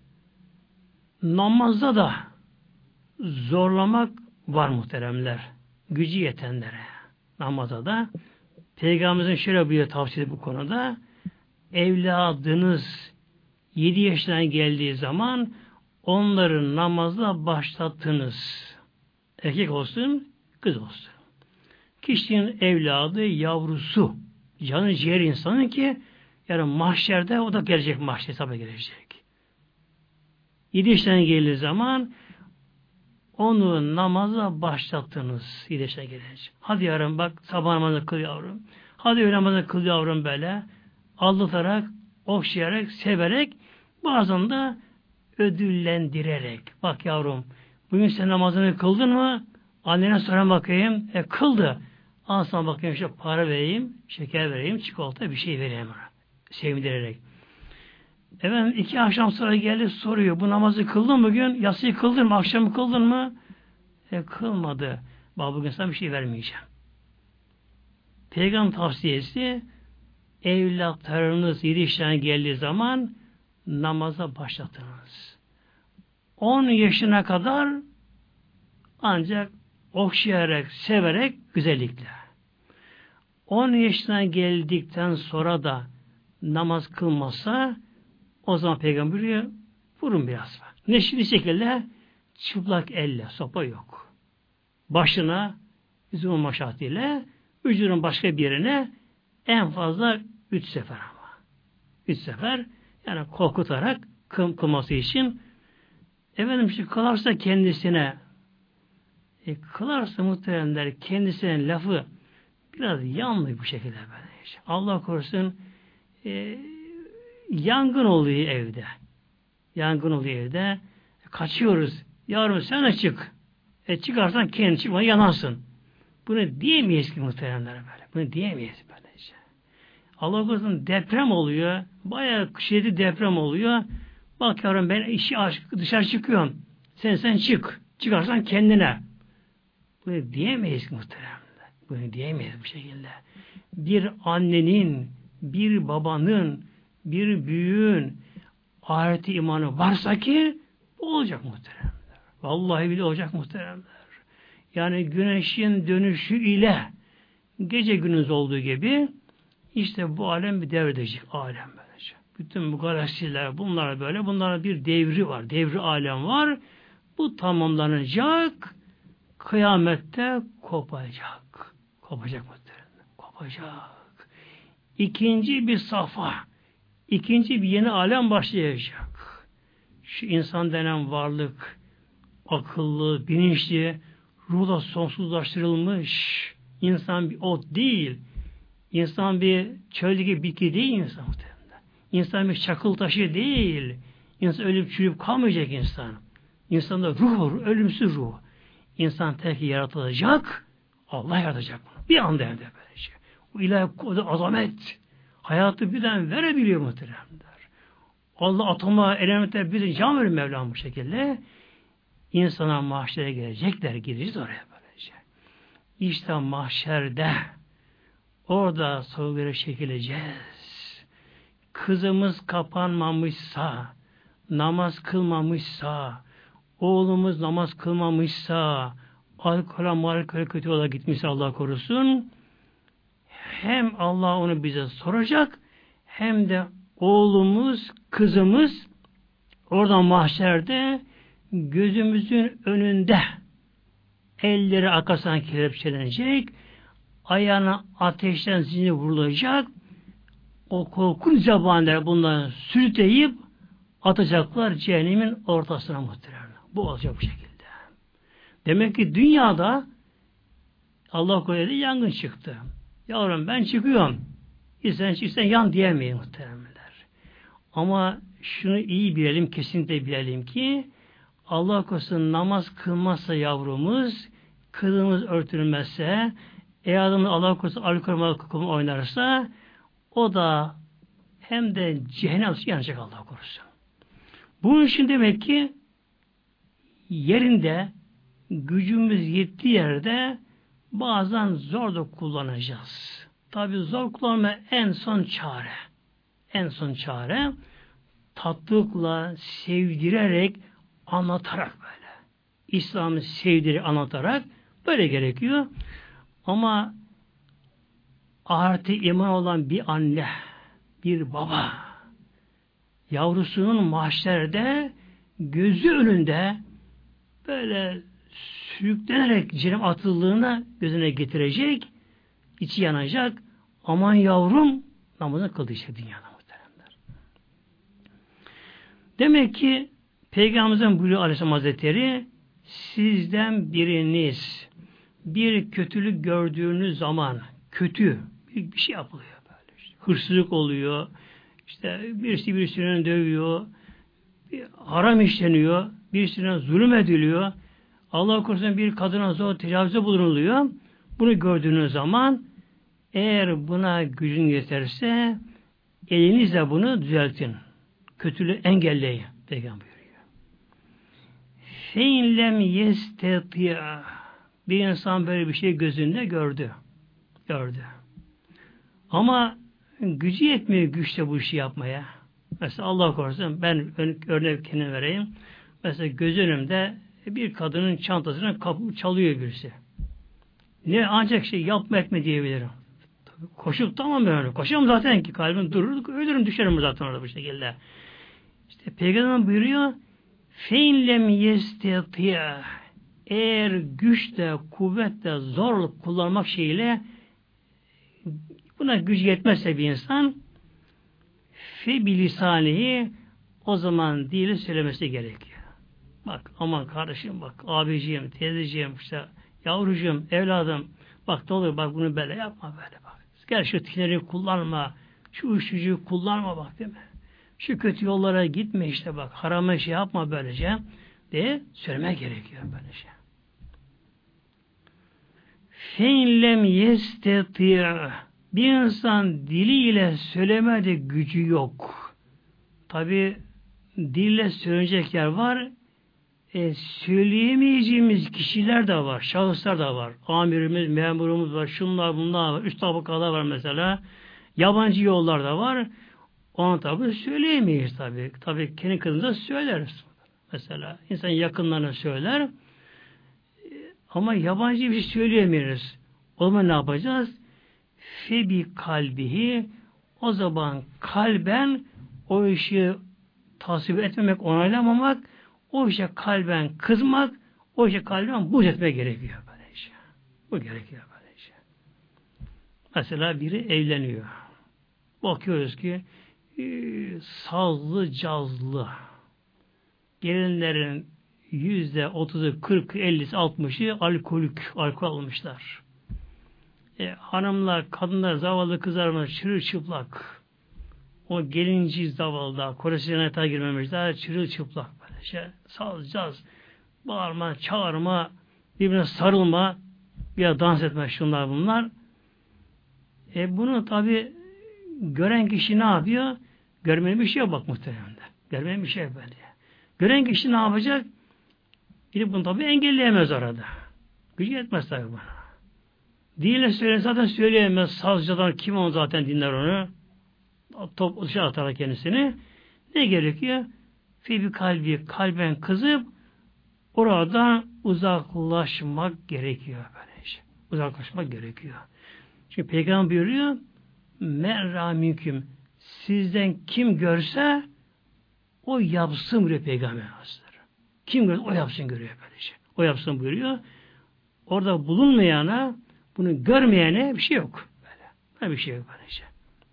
[SPEAKER 1] namazda da zorlamak var muhteremler. Gücü yetenlere. Namazda da Peygamberimizin şöyle bir tavsiyesi bu konuda evladınız yedi yaşına geldiği zaman onları namazla başlattınız. Erkek olsun, kız olsun. Kişinin evladı, yavrusu, canı ciğer insanı ki yani mahşerde o da gelecek mahşer hesaba gelecek. Yedi yaşına geldiği zaman onu namaza başlattınız. Yedi yaşına gelecek. Hadi yavrum bak sabah namazını kıl yavrum. Hadi öğle namazını kıl yavrum böyle. Aldatarak, okşayarak, severek bazen de ödüllendirerek. Bak yavrum bugün sen namazını kıldın mı? Annene soran bakayım. E kıldı. Al sana bakayım işte para vereyim, şeker vereyim, çikolata bir şey vereyim ona. Sevindirerek. Efendim iki akşam sonra geldi soruyor. Bu namazı kıldın mı bugün? Yatsıyı kıldın mı? Akşamı kıldın mı? E kılmadı. Bak bugün sana bir şey vermeyeceğim. Peygamber tavsiyesi evlatlarınız yedi yaşına geldiği zaman namaza başlatınız. on yaşına kadar ancak okşayarak, severek, güzellikle. on yaşına geldikten sonra da namaz kılmazsa o zaman Peygamber diyor, vurun biraz. Ne şekilde? Çıplak elle, sopa yok. Başına üzüm maşatıyla, vücudun başka bir yerine en fazla üç sefer ama. Üç sefer yani korkutarak kım, kılması için efendim işte kılarsa kendisine e, kılarsa muhteremler kendisine lafı biraz yanlış bu şekilde böyle. İşte. Allah korusun e, yangın oluyor evde. Yangın oluyor evde. Kaçıyoruz. Yavrum sen de çık. E çıkarsan kendin çıkma yanarsın. Bunu diyemeyiz ki muhteremler böyle. Bunu diyemeyiz böylece. Allah korusun deprem oluyor. Bayağı şiddetli deprem oluyor. Bak yavrum ben işi aç, dışarı çıkıyorum. Sen sen çık. Çıkarsan kendine. Bunu diyemeyiz ki muhteremler. Bunu diyemeyiz bu şekilde. Bir annenin, bir babanın, bir büyüğün ahireti imanı varsa ki bu olacak muhteremler. Vallahi bile olacak muhteremler. Yani güneşin dönüşü ile gece gündüz olduğu gibi işte bu alem bir devredecek alem böylece. Bütün bu galaksiler bunlar böyle bunlara bir devri var. Devri alem var. Bu tamamlanacak. Kıyamette kopacak. Kopacak muhteremler. Kopacak. İkinci bir safa. İkinci bir yeni alem başlayacak. Şu insan denen varlık akıllı, bilinçli, ruhla sonsuzlaştırılmış insan bir ot değil. İnsan bir çöldeki bitki değil insan. İnsan bir çakıl taşı değil. İnsan ölüp çürüyüp kalmayacak insan. İnsanda ruh var, ölümsüz ruh. İnsan tek yaratılacak, Allah yaratacak bunu. Bir anda hem de böylece. Bu ilahi azamet, hayatı birden verebiliyor muhteremler. Allah atoma, elementler birden can verir Mevlam bu şekilde. İnsana mahşere gelecekler, gireceğiz oraya böylece. İşte mahşerde orada sorguya çekileceğiz. Kızımız kapanmamışsa, namaz kılmamışsa, oğlumuz namaz kılmamışsa, alkole malkole kötü yola gitmişse Allah korusun, hem Allah onu bize soracak, hem de oğlumuz, kızımız oradan mahşerde gözümüzün önünde elleri arkasından kelepçelenecek, ayağına ateşten zincir vurulacak, o korkunç zabanları bunları sürükleyip atacaklar cehennemin ortasına muhtemelen. Bu olacak bu şekilde. Demek ki dünyada Allah korudu yangın çıktı. Yavrum ben çıkıyorum. İsten çıksan yan diyemeyin muhtemelenler. Ama şunu iyi bilelim, kesinlikle bilelim ki Allah korusun namaz kılmazsa yavrumuz, kılımız örtülmezse, eğer Allah korusun alkol oynarsa o da hem de cehennem yanacak Allah korusun. Bunun için demek ki yerinde gücümüz yettiği yerde bazen zor da kullanacağız. Tabi zor kullanma en son çare. En son çare tatlıkla, sevdirerek, anlatarak böyle. İslam'ı sevdirerek, anlatarak böyle gerekiyor. Ama ahirete iman olan bir anne, bir baba, yavrusunun mahşerde gözü önünde böyle sürüklenerek cehennem atıldığına gözüne getirecek, içi yanacak. Aman yavrum namazını kıldı işte dünyada muhteremler. Demek ki Peygamberimizin buyuruyor Aleyhisselam Hazretleri, sizden biriniz bir kötülük gördüğünüz zaman kötü bir, bir şey yapılıyor böyle. İşte, hırsızlık oluyor. İşte birisi birisini dövüyor. Bir haram işleniyor. Birisine zulüm ediliyor. Allah korusun bir kadına zor tecavüze bulunuluyor. Bunu gördüğünüz zaman eğer buna gücün yeterse elinizle bunu düzeltin. Kötülüğü engelleyin. Peygamber buyuruyor. Fein lem yesteti'a. Bir insan böyle bir şey gözünde gördü. Gördü. Ama gücü yetmiyor güçle bu işi yapmaya. Mesela Allah korusun ben örnek kendim vereyim. Mesela göz önümde bir kadının çantasına kapı çalıyor birisi. Ne ancak şey yapma etme diyebilirim. Tabii koşup tamam yani. Koşamam zaten ki kalbim durur, ölürüm düşerim zaten orada bu şekilde. İşte Peygamber buyuruyor fe'inlem yesteti'a eğer güçle, kuvvetle, zorluk kullanmak şeyiyle buna güç yetmezse bir insan fe bilisanihi o zaman dili söylemesi gerekiyor. Bak aman kardeşim bak abiciğim, teyzeciğim işte yavrucuğum, evladım bak ne olur bak bunu böyle yapma böyle bak. Gel şu tineri kullanma, şu uyuşturucuyu kullanma bak değil mi? Şu kötü yollara gitme işte bak harama şey yapma böylece diye söylemek gerekiyor böylece. Fe'inlem yesteti' bir insan diliyle söylemede gücü yok. Tabi dille söyleyecek yer var. E, söyleyemeyeceğimiz kişiler de var. Şahıslar da var. Amirimiz, memurumuz var. Şunlar bunlar var. Üst tabakalar var mesela. Yabancı yollar da var. Onu tabi söyleyemeyiz tabi. Tabi kendi kızımıza söyleriz. Mesela insan yakınlarına söyler. Ama yabancı bir şey söyleyemeyiz. O zaman ne yapacağız? Febi kalbihi o zaman kalben o işi tasvip etmemek, onaylamamak, o işe kalben kızmak, o işe kalben buğz etmek gerekiyor böylece. Bu gerekiyor böylece. Mesela biri evleniyor. Bakıyoruz ki e, sazlı, cazlı gelinlerin yüzde otuzu, kırk, ellisi, altmışı alkolik, alkol almışlar. E, hanımlar, kadınlar, zavallı kızlarımız çırılçıplak. O gelinci zavallı daha, Kore'sine yatağa girmemişler, çırılçıplak böyle şey, salacağız. Bağırma, çağırma, birbirine sarılma, bir dans etme şunlar bunlar. E bunu tabi gören kişi ne yapıyor? Görmeyen bir şey yok bak muhtemelen. Görmeyen bir şey yok böyle. Gören kişi ne yapacak? Gidip bunu tabi engelleyemez orada. Gücü yetmez tabi buna. Dille söyle zaten söyleyemez. Sazcadan kim onu zaten dinler onu. Top dışarı atar kendisini. Ne gerekiyor? Febi kalbi kalben kızıp oradan uzaklaşmak gerekiyor böylece. Uzaklaşmak gerekiyor. Çünkü Peygamber buyuruyor merra mümkün. Sizden kim görse o yapsın buyuruyor Peygamber Hazretleri. Kim görse o yapsın görüyor böylece. O yapsın buyuruyor. Orada bulunmayana bunu görmeyene bir şey yok. Böyle. Böyle bir şey yok böylece.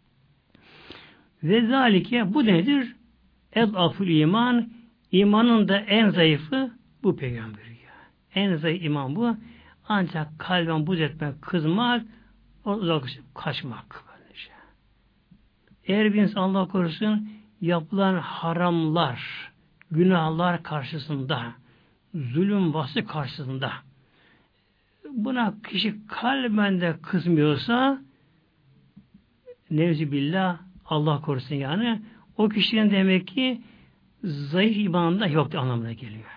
[SPEAKER 1] Ve zalike bu nedir? Ed'aful iman imanın da en zayıfı bu Peygamber ya. En zayıf iman bu. Ancak kalben buz etmek, kızmak, uzaklaşıp kaçmak. Böylece. Eğer bir insan Allah korusun yapılan haramlar, günahlar karşısında, zulüm vasfı karşısında buna kişi kalben de kızmıyorsa nevzi billah Allah korusun yani o kişinin demek ki zayıf imanında yoktu anlamına geliyor.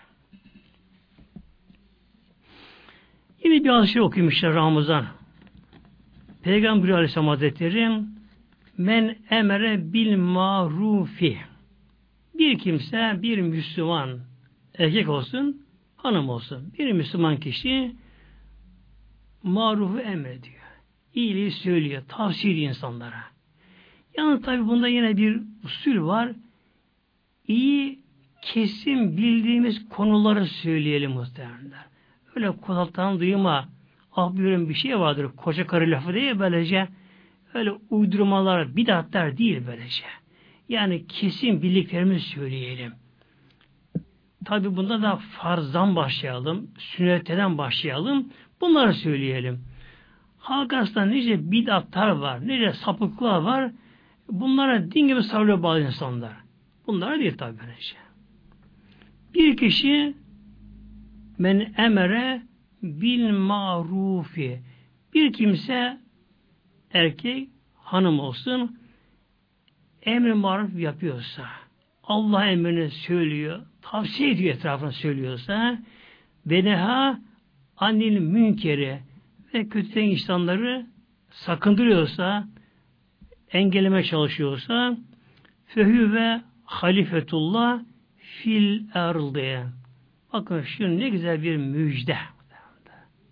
[SPEAKER 1] Yine bir hadis okumuşlar Ramazan. Peygamber Aleyhisselam Hazretleri men emere bil marufi bir kimse bir Müslüman erkek olsun hanım olsun bir Müslüman kişi marufu emrediyor. İyiliği söylüyor, tavsiye ediyor insanlara. Yalnız tabi bunda yine bir usul var. İyi, kesin bildiğimiz konuları söyleyelim muhtemelen. Öyle kulaktan duyma, ah buyurun bir şey vardır, koca karı lafı değil böylece. Öyle uydurmalar, bidatlar değil böylece. Yani kesin bildiklerimizi söyleyelim. Tabi bunda da farzdan başlayalım, sünnetten başlayalım, bunları söyleyelim. Halk arasında nice bidatlar var, nice sapıklar var, bunlara din gibi sarılıyor bazı insanlar. Bunlar değil tabi böylece. Bir kişi men emere bil marufi bir kimse erkek hanım olsun emri maruf yapıyorsa Allah emrini söylüyor tavsiye ediyor etrafına söylüyorsa ve neha anil münkeri ve kötü insanları sakındırıyorsa engelleme çalışıyorsa fehü ve halifetullah fil erdi. Bakın şu ne güzel bir müjde.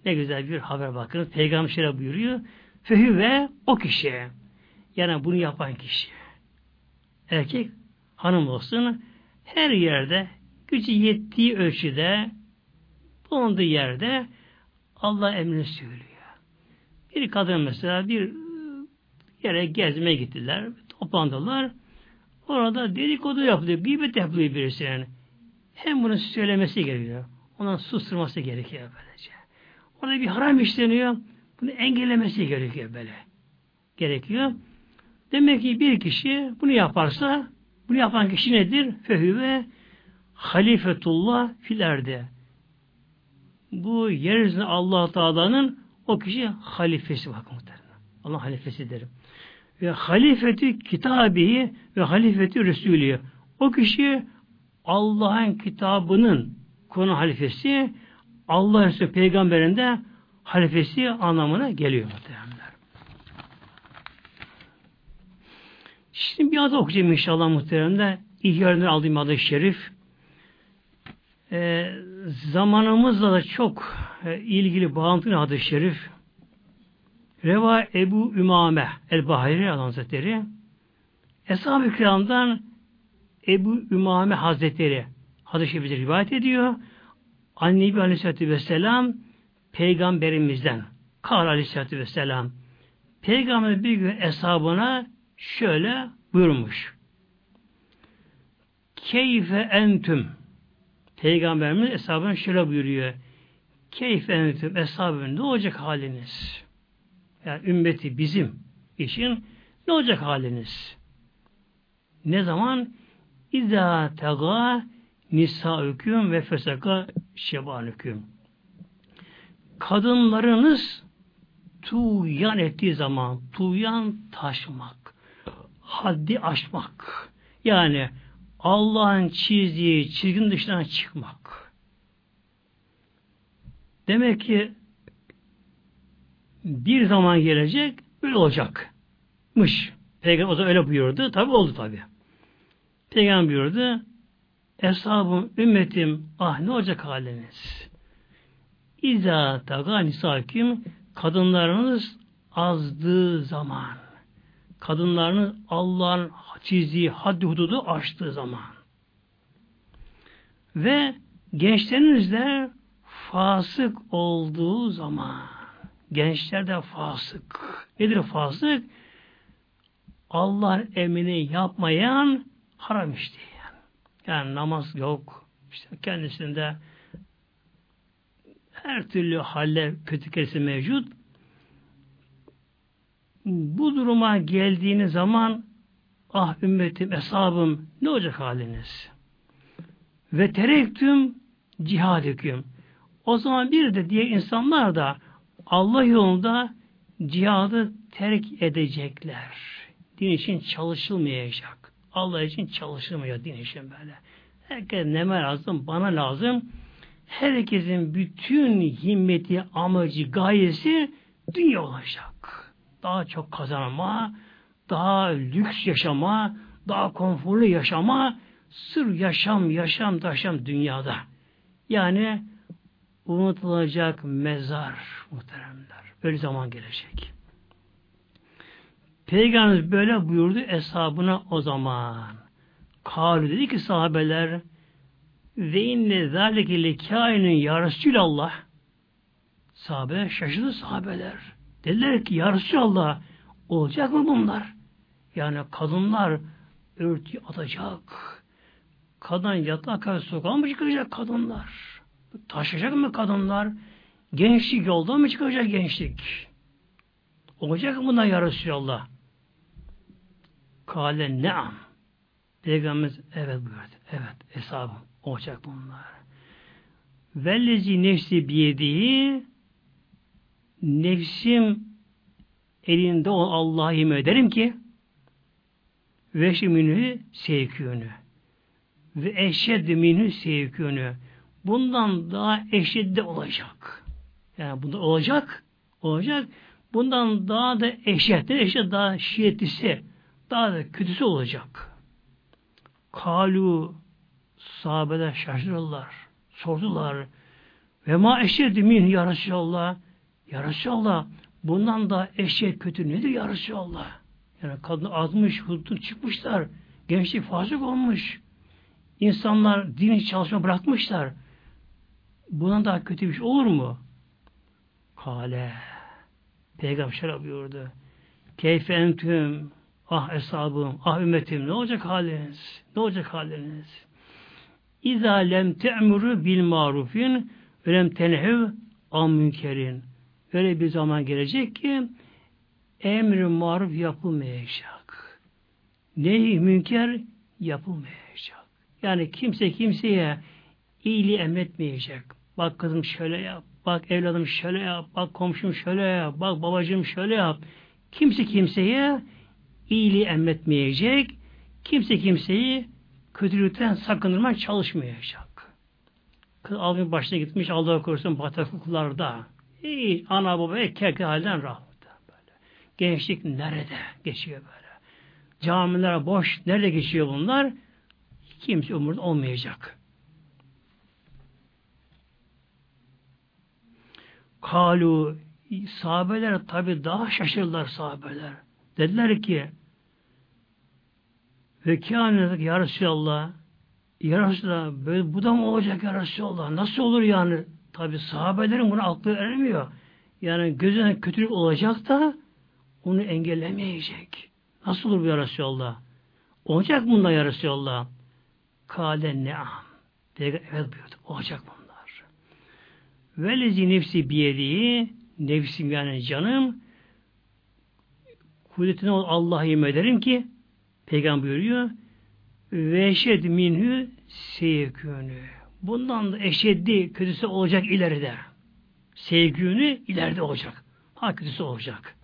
[SPEAKER 1] Ne güzel bir haber bakın. Peygamber şöyle buyuruyor. Fehü ve o kişi. Yani bunu yapan kişi. Erkek hanım olsun. Her yerde gücü yettiği ölçüde bulunduğu yerde Allah emrini söylüyor. Bir kadın mesela bir yere gezmeye gittiler. Toplandılar. Orada dedikodu yapılıyor. Gıybet yapılıyor birisinin. Hem bunu söylemesi gerekiyor. Ona susturması gerekiyor böylece. Orada bir haram işleniyor. Bunu engellemesi gerekiyor böyle. Gerekiyor. Demek ki bir kişi bunu yaparsa bunu yapan kişi nedir? Fehüve halifetullah filerde. Bu yeryüzünde Allah Teala'nın o kişi halifesi bakın muhtemelen. Allah halifesidir. Ve halifeti kitabihi ve halifeti Resulü. O kişi Allah'ın kitabının konu halifesi, Allah Resulü peygamberinde halifesi anlamına geliyor muhtemelenler. Şimdi bir adı okuyacağım inşallah muhteremler. İhyan'dan aldığım adı şerif. Ee, zamanımızla da çok e, ilgili bağlantılı adı şerif. Reva Ebu Ümame El-Bahiri Hazretleri Eshab-ı Kiram'dan Ebu Ümame Hazretleri hadis-i şerifte rivayet ediyor. Annebi Aleyhisselatü Vesselam Peygamberimizden Kâr Aleyhisselatü Vesselam Peygamber bir gün eshabına şöyle buyurmuş. Keyfe entüm Peygamberimiz eshabına şöyle buyuruyor. Keyfe entüm eshabın ne olacak haliniz? Yani ümmeti bizim için ne olacak haliniz? Ne zaman? İzâ tegâ nisâüküm ve fesaka şebanüküm. Kadınlarınız tuğyan ettiği zaman, tuğyan taşmak, haddi aşmak, yani Allah'ın çizdiği çizginin dışına çıkmak. Demek ki bir zaman gelecek, öyle olacakmış. Peygamber o zaman öyle buyurdu. Tabi oldu tabi. Peygamber buyurdu. Eshabım, ümmetim, ah ne olacak haliniz? İzâ tagâ nisâküm kadınlarınız azdığı zaman. Kadınlarınız Allah'ın çizdiği haddi hududu aştığı zaman. Ve gençleriniz de fasık olduğu zaman. Gençler de fasık. Nedir fasık? Allah'ın emrini yapmayan haram işleyen. Yani namaz yok. İşte kendisinde her türlü haller, kötü mevcut. Bu duruma geldiğiniz zaman ah ümmetim, eshabım ne olacak haliniz? Ve terektüm cihadüküm. O zaman bir de diye insanlar da Allah yolunda cihadı terk edecekler. Din için çalışılmayacak. Allah için çalışılmayacak din için böyle. Herkes neme lazım? Bana lazım. Herkesin bütün himmeti, amacı, gayesi dünya olacak. Daha çok kazanma, daha lüks yaşama, daha konforlu yaşama, sır yaşam, yaşam, yaşam dünyada. Yani unutulacak mezar muhteremler. Öyle zaman gelecek. Peygamberimiz böyle buyurdu eshabına o zaman. Kâlü dedi ki sahabeler ve inne zâlike likâinin ya Resulallah. Sahabe şaşırdı sahabeler. Dediler ki ya Resulallah olacak mı bunlar? Yani kadınlar örtü atacak. Kadın yatağa karşı sokağa mı çıkacak kadınlar? Taşıyacak mı kadınlar? Gençlik yoldan mı çıkacak gençlik? Olacak mı bunlar ya Resulallah? Kâle ne'am. Peygamberimiz evet buyurdu. Evet hesabım olacak bunlar. Vellezi nefsi biyediği nefsim elinde o Allah'a yemin ederim ki ve minhü sevkûnü ve eşeddü minhü sevkûnü bundan daha eşedde olacak. Yani bunda olacak olacak. Bundan daha da eşedde eşed daha şiddetlisi daha da kötüsü olacak. Kalu sahabeler şaşırırlar. Sordular. Ve ma eşyedü minhu ya Resulallah. Ya Resulallah bundan da eşyet kötü nedir ya Resulallah? Yani kadın azmış, hudut çıkmışlar. Gençlik fasık olmuş. İnsanlar dini çalışma bırakmışlar. Bundan daha kötü bir şey olur mu? Kale. Peygamber şöyle buyurdu. Keyfe entüm. Ah eshabım, ah ümmetim ne olacak haliniz? Ne olacak haliniz? İzâ lem te'muru bil marufin ve lem tenhev an münkerin. Öyle bir zaman gelecek ki emri maruf yapılmayacak. Nehi münker yapılmayacak. Yani kimse kimseye iyiliği emretmeyecek. Bak kızım şöyle yap, bak evladım şöyle yap, bak komşum şöyle yap, bak babacığım şöyle yap. Kimse kimseye iyiliği emretmeyecek. Kimse kimseyi kötülükten sakındırmaya çalışmayacak. Kız abinin başına gitmiş, Allah'a korusun bataklıklarda. İyi, ana baba erkek halden rahat. Böyle. Gençlik nerede geçiyor böyle? Camiler boş, nerede geçiyor bunlar? Kimse umurda olmayacak. Kalu, sahabeler tabi daha şaşırdılar sahabeler. Dediler ki ve kânet ya Resulallah ya Resulallah böyle bu da mı olacak ya Resulallah? Nasıl olur yani? Tabi sahabelerin buna aklı ermiyor. Yani gözüne kötülük olacak da onu engellemeyecek. Nasıl olur bu ya Resulallah? Olacak bunda ya Resulallah? Kâle ne'am. Peygamber evet buyurdu. Olacak bunlar. Velezi nefsi biyediği nefsim yani canım kudretine Allah'a yemin ederim ki Peygamber buyuruyor ve eşed minhü seykünü. Bundan da eşeddi kötüsü olacak ileride. Seykünü ileride olacak. Ha kötüsü olacak.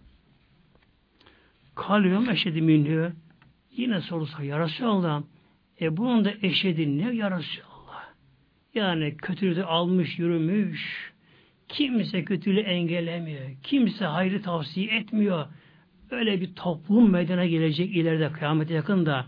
[SPEAKER 1] Kalbim eşedi minhü yine sorulsa ya Resulallah e bunun da eşedi ne ya Resulallah? Yani kötülüğü almış yürümüş. Kimse kötülüğü engellemiyor. Kimse hayrı tavsiye etmiyor. Öyle bir toplum meydana gelecek ileride kıyamete yakında.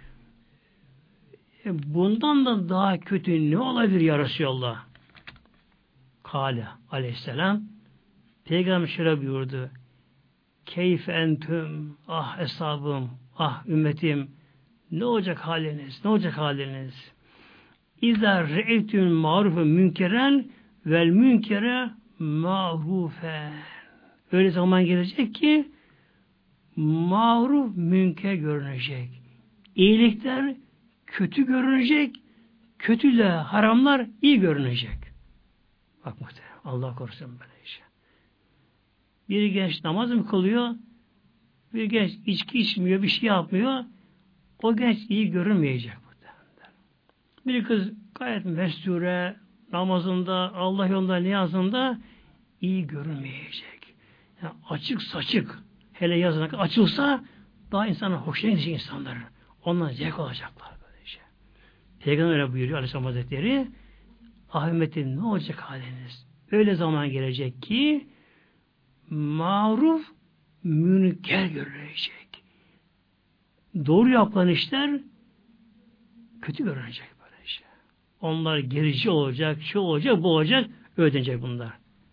[SPEAKER 1] E bundan da daha kötü ne olabilir ya Resulallah? Kale aleyhisselam Peygamber şöyle buyurdu. Keyfe entüm ah eshabım ah ümmetim ne olacak haliniz? Ne olacak haliniz? İzâ re'eytüm ma'rufe münkeren vel münkere ma'rufen. Öyle zaman gelecek ki ma'ruf münker görünecek. İyilikler kötü görünecek. Kötüyle haramlar iyi görünecek. Bak muhtemelen. Allah korusun böyle işe. Bir genç namaz mı kılıyor? Bir genç içki içmiyor, bir şey yapmıyor. O genç iyi görünmeyecek muhtemelen. Bir kız gayet mesture, namazında, Allah yolunda, niyazında iyi görünmeyecek. Yani açık saçık, hele yazına açılsa daha insana hoşuna gidecek insanlar. Ondan zevk alacaklar böylece. Peygamber öyle buyuruyor Aleyhisselam Hazretleri. Ahmet'im ne olacak haliniz? Öyle zaman gelecek ki maruf münker görünecek. Doğru yapılan işler kötü görünecek böylece. Onlar gerici olacak, şu olacak, bu olacak, ödenecek bunlar.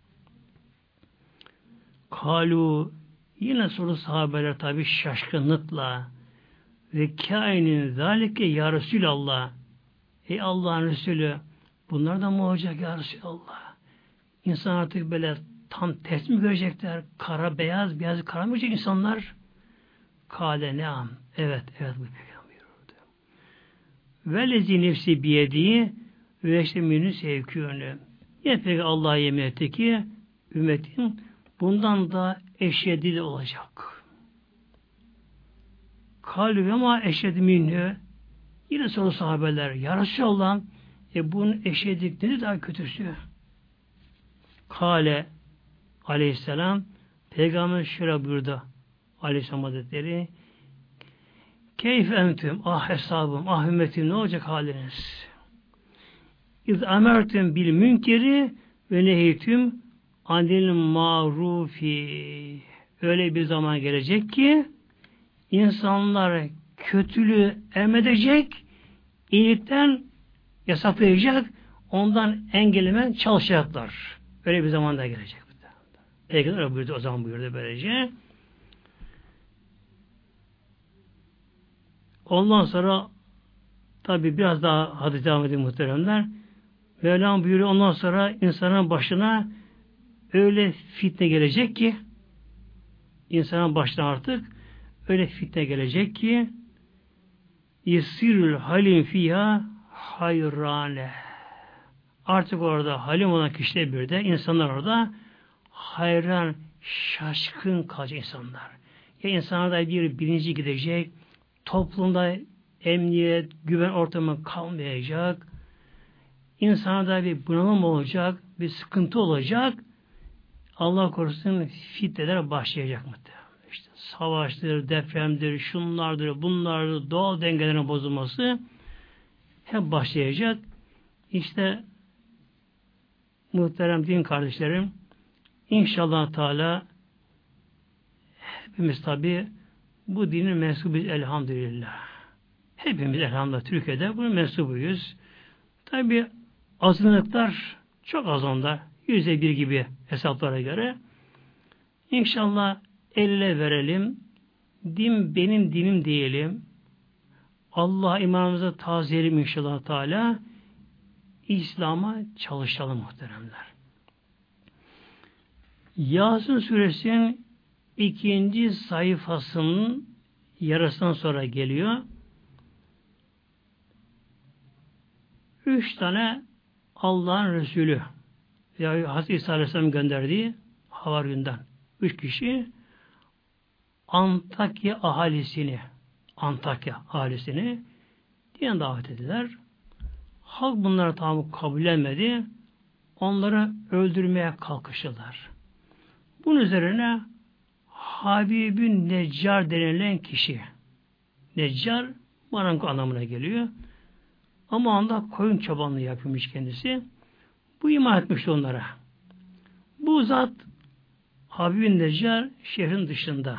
[SPEAKER 1] Kalu yine soru sahabeler tabi şaşkınlıkla ve kainin zalike ya Resulallah ey Allah'ın Resulü bunlar da mı olacak ya Resulallah? İnsan artık böyle tam ters mi görecekler? Kara beyaz, beyaz kara mı görecek insanlar? Kale neam. Evet, evet bu Peygamber buyurdu. Velezi nefsi biyediği ve işte minü sevkûnü. Yine Peygamber Allah'a yemin etti ki ümmetin bundan da eşyedili olacak. Kalü ama eşyedi minhü. Yine soru sahabeler. Ya Resulallah e bunun eşyedik nedir daha kötüsü? Kale aleyhisselam Peygamber şöyle buyurdu. Aleyhisselam Hazretleri Keyf entüm ah hesabım ah ümmetim ne olacak haliniz? İz emertüm bil münkeri ve nehitüm anil marufi. Öyle bir zaman gelecek ki insanlar kötülüğü emredecek, iyilikten yasaklayacak, ondan engellemen çalışacaklar. Öyle bir zaman da gelecek. Peygamber buyurdu, o zaman buyurdu böylece. Ondan sonra tabi biraz daha hadis devam edeyim muhteremler. Mevlam buyuruyor, ondan sonra insanın başına öyle fitne gelecek ki insanın başına artık öyle fitne gelecek ki yesirül halim fiyha hayrane. Artık orada halim olan kişiler bir de insanlar orada hayran, şaşkın kalacak insanlar. Ya insanlarda bir bilinci gidecek, toplumda emniyet, güven ortamı kalmayacak, insana bir bunalım olacak, bir sıkıntı olacak. Allah korusun fitneler başlayacak mı? İşte savaştır, depremdir, şunlardır, bunlardır, doğal dengelerin bozulması hep başlayacak. İşte muhterem din kardeşlerim, İnşallah Teala hepimiz tabi bu dinin mensubuyuz elhamdülillah. Hepimiz elhamdülillah Türkiye'de bunun mensubuyuz. Tabi azınlıklar çok az onlar. Yüzde bir gibi hesaplara göre. İnşallah el ele verelim. Din benim dinim diyelim. Allah'a imanımızı tazeyelim inşallah Teala. İslam'a çalışalım muhteremler. Yasin suresinin ikinci sayfasının yarısından sonra geliyor. Üç tane Allah'ın Resulü yani Hazreti İsa Aleyhisselam gönderdiği Havaryundan üç kişi Antakya ahalisini Antakya ahalisini diye davet ettiler. Halk bunları tam kabul etmedi. Onları öldürmeye kalkıştılar. Bunun üzerine Habibün Neccar denilen kişi, Neccar marango anlamına geliyor. Ama anda koyun çobanlığı yapıyormuş kendisi. Bu iman etmişti onlara. Bu zat Habibün Neccar şehrin dışında.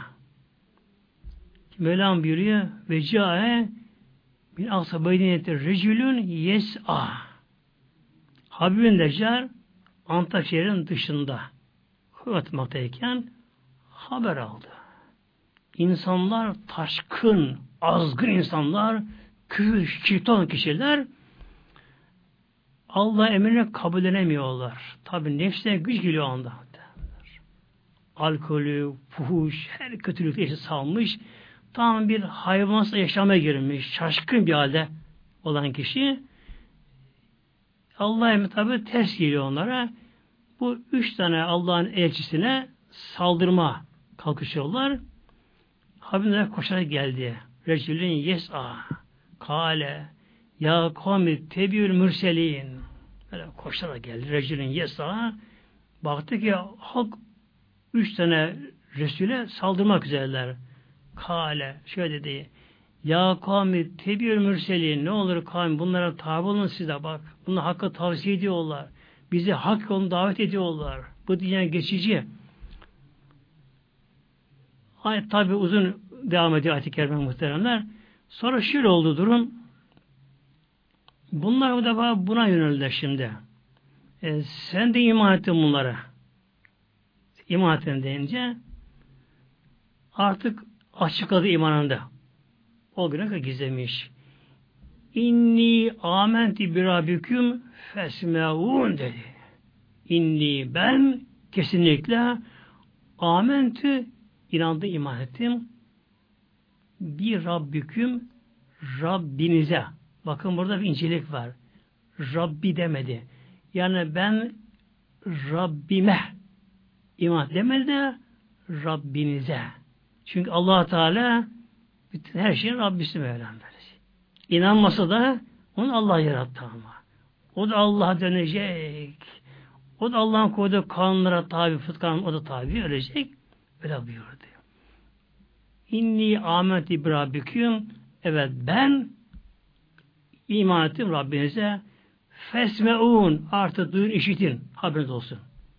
[SPEAKER 1] Mevlam buyuruyor ve cae bin asabeyniyeti recülün yes'a. Habibün Neccar Antakya şehrin dışında atmaktayken haber aldı. İnsanlar taşkın, azgın insanlar, küfür, şeytan kişiler Allah emrine kabul edemiyorlar. Tabi nefsine güç geliyor anda. Alkolü, fuhuş, her kötülükle eşit salmış. Tam bir hayvansa yaşamaya girmiş. Şaşkın bir halde olan kişi Allah emri tabi ters geliyor onlara. Bu üç tane Allah'ın elçisine saldırma kalkışıyorlar. Habibine koşarak geldi. Resulün yes'a kâle ya kavmi tebiül mürselin. Böyle koşarak geldi. Resulün yes'a baktı ki halk üç tane Resul'e saldırmak üzereler. Kâle şöyle dedi. Ya kavmi tebiül mürselin. Ne olur kavmi bunlara tabi olun siz de bak. Bunlar hakkı tavsiye ediyorlar. Bizi hak yoluna davet ediyorlar. Bu dünya geçici. Ayet tabi uzun devam ediyor ayet-i kerime muhteremler. Sonra şöyle oldu durum. Bunlar bu defa buna yöneldiler şimdi. E, sen de iman ettin bunlara. İman ettin deyince artık açıkladı imanında. O güne kadar gizlemiş. İnni amenti birabüküm fesmeun dedi. İnni ben kesinlikle amentü inandı iman ettim. Bir Rabbüküm Rabbinize. Bakın burada bir incelik var. Rabbi demedi. Yani ben Rabbime iman demedi de Rabbinize. Çünkü Allah Teala bütün her şeyin Rabbisi Mevlam. İnanmasa da onu Allah yarattı ama. O da Allah'a dönecek. O da Allah'ın koyduğu kanunlara tabi, fıtkanın o da tabi ölecek. Öyle buyurdu. İnni amenti birabbiküm. Evet ben iman ettim Rabbinize. Fesmeun. Artık duyun işitin. Haberiniz olsun.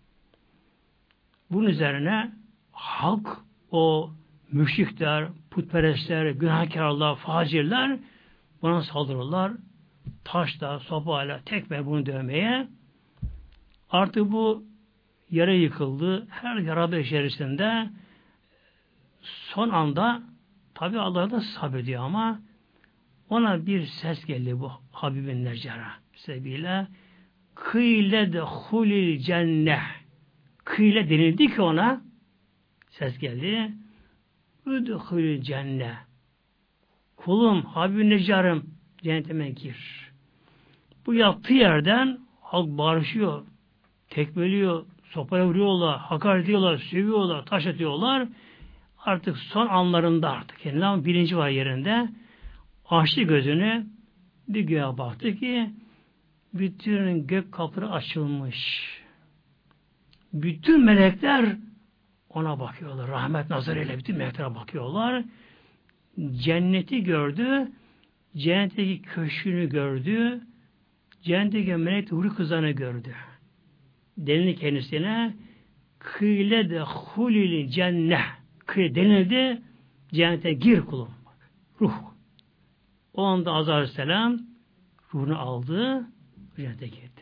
[SPEAKER 1] Bunun üzerine halk o müşrikler, putperestler, günahkarlar, facirler buna saldırırlar. taşla, sopayla, tekme bunu dövmeye. Artık bu yere yıkıldı. Her yarada içerisinde son anda tabi Allah da sabrediyor ama ona bir ses geldi bu Habibin Neccar'a sebebiyle kıyle de hulil cenneh kıyle denildi ki ona ses geldi üdhülül cenneh kulum Habibin Neccar'ım cennetime gir. Bu yaptığı yerden halk bağırışıyor, tekmeliyor, sopaya vuruyorlar, hakaret ediyorlar, sövüyorlar, taş atıyorlar. Artık son anlarında artık. Kendinden bilinci var yerinde. Açtı gözünü bir göğe baktı ki bütün gök kapıları açılmış. Bütün melekler ona bakıyorlar. Rahmet nazarıyla bütün meleklere bakıyorlar. Cenneti gördü. Cennetteki köşkünü gördü. Cennetteki melek huri kızlarını gördü. Denildi kendisine kıyle de hulil cenneh kıyle denildi cennete gir kulum. Ruh. O anda Azrail Aleyhisselam ruhunu aldı cennete girdi.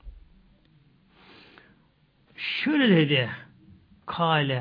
[SPEAKER 1] Şöyle dedi kâle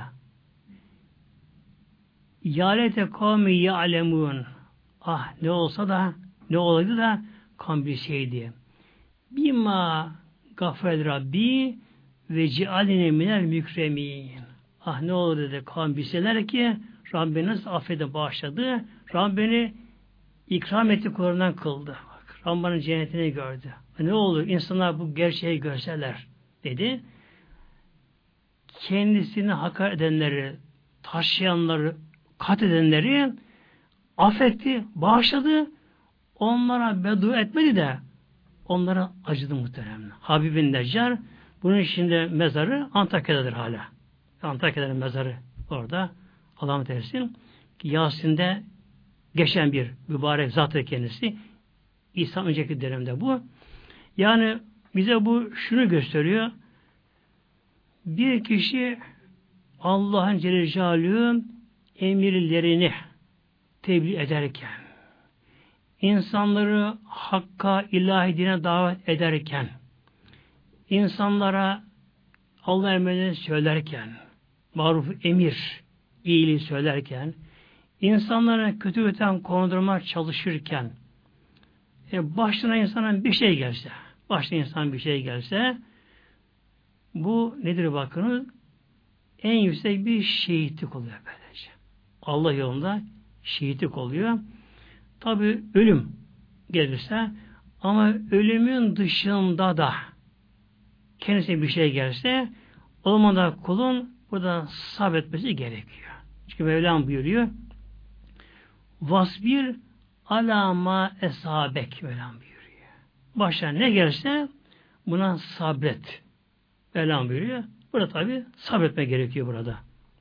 [SPEAKER 1] yâlete kâmi ya'lemûn ah ne olsa da ne olaydı da kan bir şeydi. Bima gafel Rabbi ve cealine minel mükremin. Ah ne olur dedi kan bilseler ki Rabbini nasıl affedip bağışladı. Rabbini ikram etti kullarından kıldı. Bak, Rabbinin cennetini gördü. Ne olur insanlar bu gerçeği görseler dedi. Kendisini hakaret edenleri, taşıyanları, kat edenleri affetti, bağışladı. Onlara beddua etmedi de onlara acıdı muhteremler. Habibin Neccar bunun içinde mezarı Antakya'dadır hala. Antakya'nın mezarı orada. Allah'ım dersin. Yasin'de geçen bir mübarek zat kendisi. İsa önceki dönemde bu. Yani bize bu şunu gösteriyor. Bir kişi Allah'ın Celle Celaluhu emirlerini tebliğ ederken, insanları hakka, ilahi dine davet ederken, insanlara Allah emirlerini söylerken, maruf emir, iyiliği söylerken, insanlara kötülükten kondurmaya çalışırken, e, başına insana bir şey gelse, başına insan bir şey gelse, bu nedir bakınız? En yüksek bir şehitlik oluyor böylece. Allah yolunda şehitlik oluyor. Tabi ölüm gelirse ama ölümün dışında da kendisine bir şey gelse o zaman da kulun burada sabretmesi gerekiyor. Çünkü Mevlam buyuruyor vasbir alama esabek Mevlam buyuruyor. Başına ne gelse buna sabret. Mevlam buyuruyor. Burada tabi sabretme gerekiyor burada.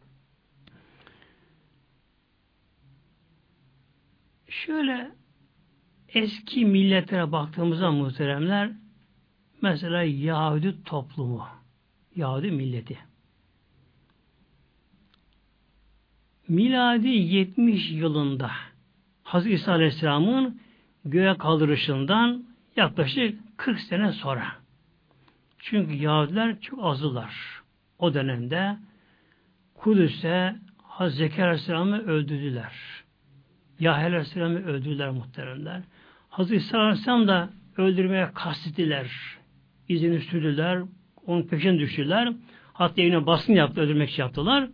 [SPEAKER 1] Şöyle eski milletlere baktığımızda muhteremler mesela Yahudi toplumu, Yahudi milleti. Miladi yetmiş yılında Hazreti İsa Aleyhisselam'ın göğe kaldırışından yaklaşık kırk sene sonra. Çünkü Yahudiler çok azdılar. O dönemde Kudüs'e Hazreti Zekeriya Aleyhisselam'ı öldürdüler. Yahya Aleyhisselam'ı öldürdüler muhteremler. Hazreti İsa Aleyhisselam da öldürmeye kastettiler. İzini sürdüler. Onun peşine düştüler. Hatta evine baskın yaptı. Öldürmek için yaptılar.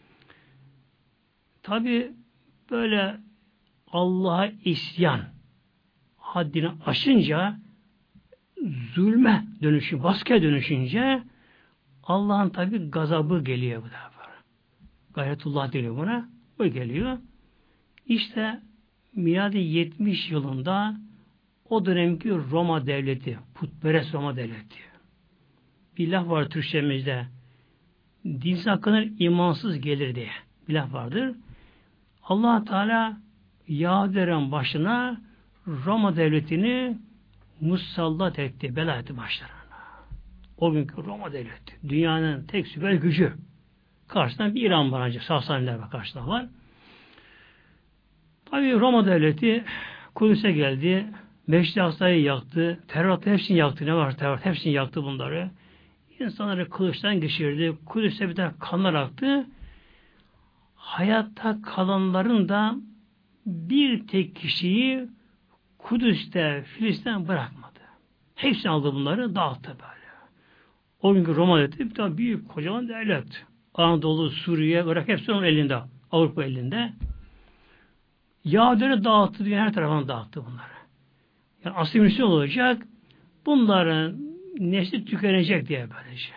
[SPEAKER 1] Tabi böyle Allah'a isyan haddini aşınca zulme dönüşü, baskıya dönüşünce Allah'ın tabi gazabı geliyor bu da. Gayretullah deniyor buna. O geliyor. İşte miladi yetmiş yılında o dönemki Roma devleti, putperest Roma devleti. Bir laf var Türkçemizde. Dinsiz hakkında imansız gelir diye. Bir laf vardır. Allah Teala Yahudilerin başına Roma devletini musallat etti, bela etti başlarına. O günkü Roma devleti. Dünyanın tek süper gücü. Karşısında bir İran var ancak. Sasaniler var karşısında var. Tabi Roma devleti Kudüs'e geldi. Meşri Aksa'yı yaktı. Terör hepsini yaktı. Ne var terör? Hepsini yaktı bunları. İnsanları kılıçtan geçirdi. Kudüs'e bir tane kanlar aktı. Hayatta kalanların da bir tek kişiyi Kudüs'te Filistin bırakmadı. Hepsini aldı bunları, dağıttı böyle. O günkü Roma devleti bir tane büyük kocaman devlet. Anadolu, Suriye, Irak hepsi onun elinde. Avrupa elinde. Yahudileri dağıttı diye her tarafına dağıttı bunları. Yani asimilasyon olacak. Bunların nesli tükenecek diye böylece.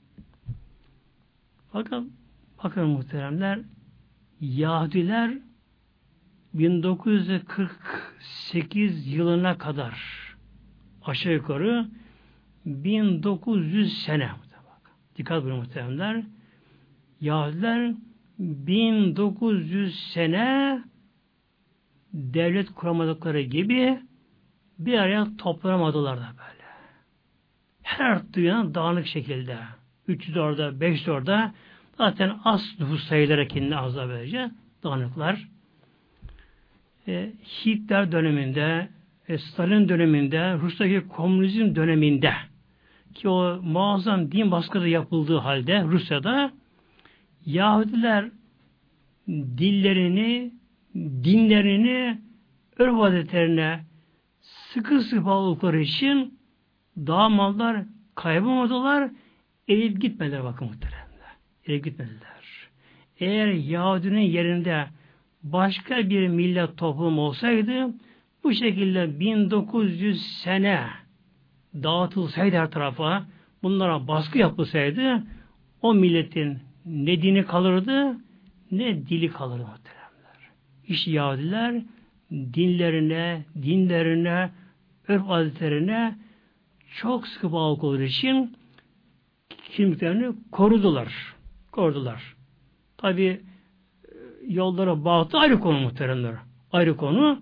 [SPEAKER 1] Bakın, bakın muhteremler, Yahudiler bin dokuz yüz kırk sekiz yılına kadar aşağı yukarı bin dokuz yüz sene, dikkat buyurun muhteremler, Yahudiler bin dokuz yüz sene devlet kuramadıkları gibi bir araya toplanamadılar da böyle. Her dünyanın dağınık şekilde. üç yüz orada, beş yüz orada. Zaten az nüfus sayıları kendine az da böylece dağınıklar. E, Hitler döneminde, e, Stalin döneminde, Rusya'daki komünizm döneminde ki o muazzam din baskısı yapıldığı halde Rusya'da Yahudiler dillerini, dinlerini, örf adetlerine sıkı sıkı bağlılıkları için dağılmadılar, kaybolmadılar, eğilip gitmediler bakın muhteremler. Eğilip gitmediler. Eğer Yahudinin yerinde başka bir millet toplum olsaydı bu şekilde bin dokuz yüz sene dağıtılsaydı her tarafa, bunlara baskı yapılsaydı o milletin ne dini kalırdı ne dili kalırdı muhteremler. İşte Yahudiler dinlerine, dinlerine, örf adetlerine çok sıkı bağlı olduğu için kimliklerini korudular. Korudular. Tabi yollara bağlı ayrı konu muhteremler. Ayrı konu.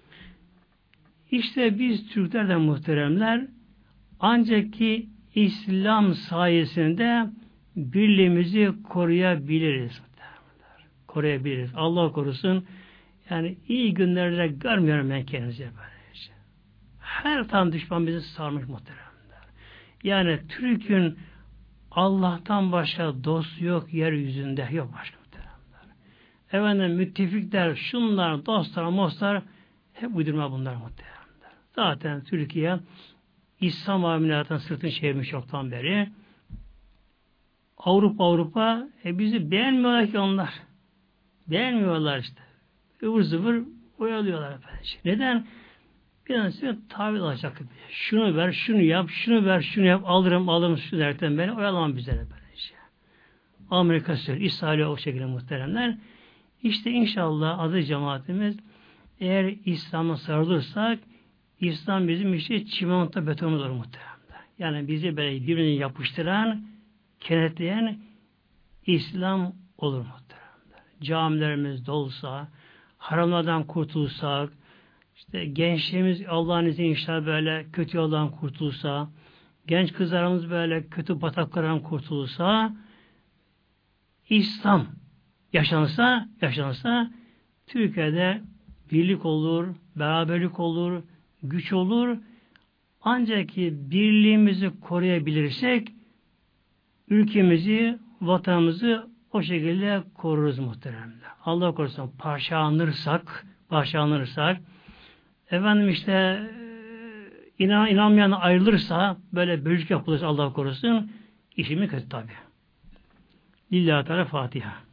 [SPEAKER 1] İşte biz Türklerden muhteremler ancak ki İslam sayesinde birliğimizi koruyabiliriz. Koruyabiliriz. Allah korusun. Yani iyi günlerde görmüyorum ben kendimize böylece. Her tam düşman bizi sarmış muhteremler. Yani Türk'ün Allah'tan başka dost yok yeryüzünde, yok başka muhteremler. Efendim müttefikler, şunlar, dostlar, mostlar hep uydurma bunlar muhteremler. Zaten Türkiye İslam alemine sırtını çevirmiş çoktan beri. Avrupa Avrupa e bizi beğenmiyorlar ki onlar. Beğenmiyorlar işte. Ivır zıvır oyalıyorlar efendim. Neden? Bir an sonra taviz alacak gibi. Şunu ver, şunu yap, şunu ver, şunu yap, alırım, alırım şu derken beni oyalamam bize böylece. Amerika söylüyor, İsrail'e o şekilde muhteremler. İşte inşallah adı cemaatimiz eğer İslam'a sarılırsak İslam bizim işte çimento betonumuz olur muhteremler. Yani bizi böyle birbirine yapıştıran, kenetleyen İslam olur muhteremler. Camilerimiz dolsa, haramlardan kurtulsak, işte gençliğimiz Allah'ın izniyle inşallah böyle kötü yoldan kurtulsa, genç kızlarımız böyle kötü bataklardan kurtulsa, İslam yaşansa, yaşansa Türkiye'de birlik olur, beraberlik olur, güç olur. Ancak ki birliğimizi koruyabilirsek ülkemizi, vatanımızı o şekilde koruruz muhteremler. Allah korusun parçalanırsak, parçalanırsak efendim işte inan, inanmayan ayrılırsa böyle bölük yapılırsa Allah korusun işimiz kötü tabi. Lillahi Teala Fatiha.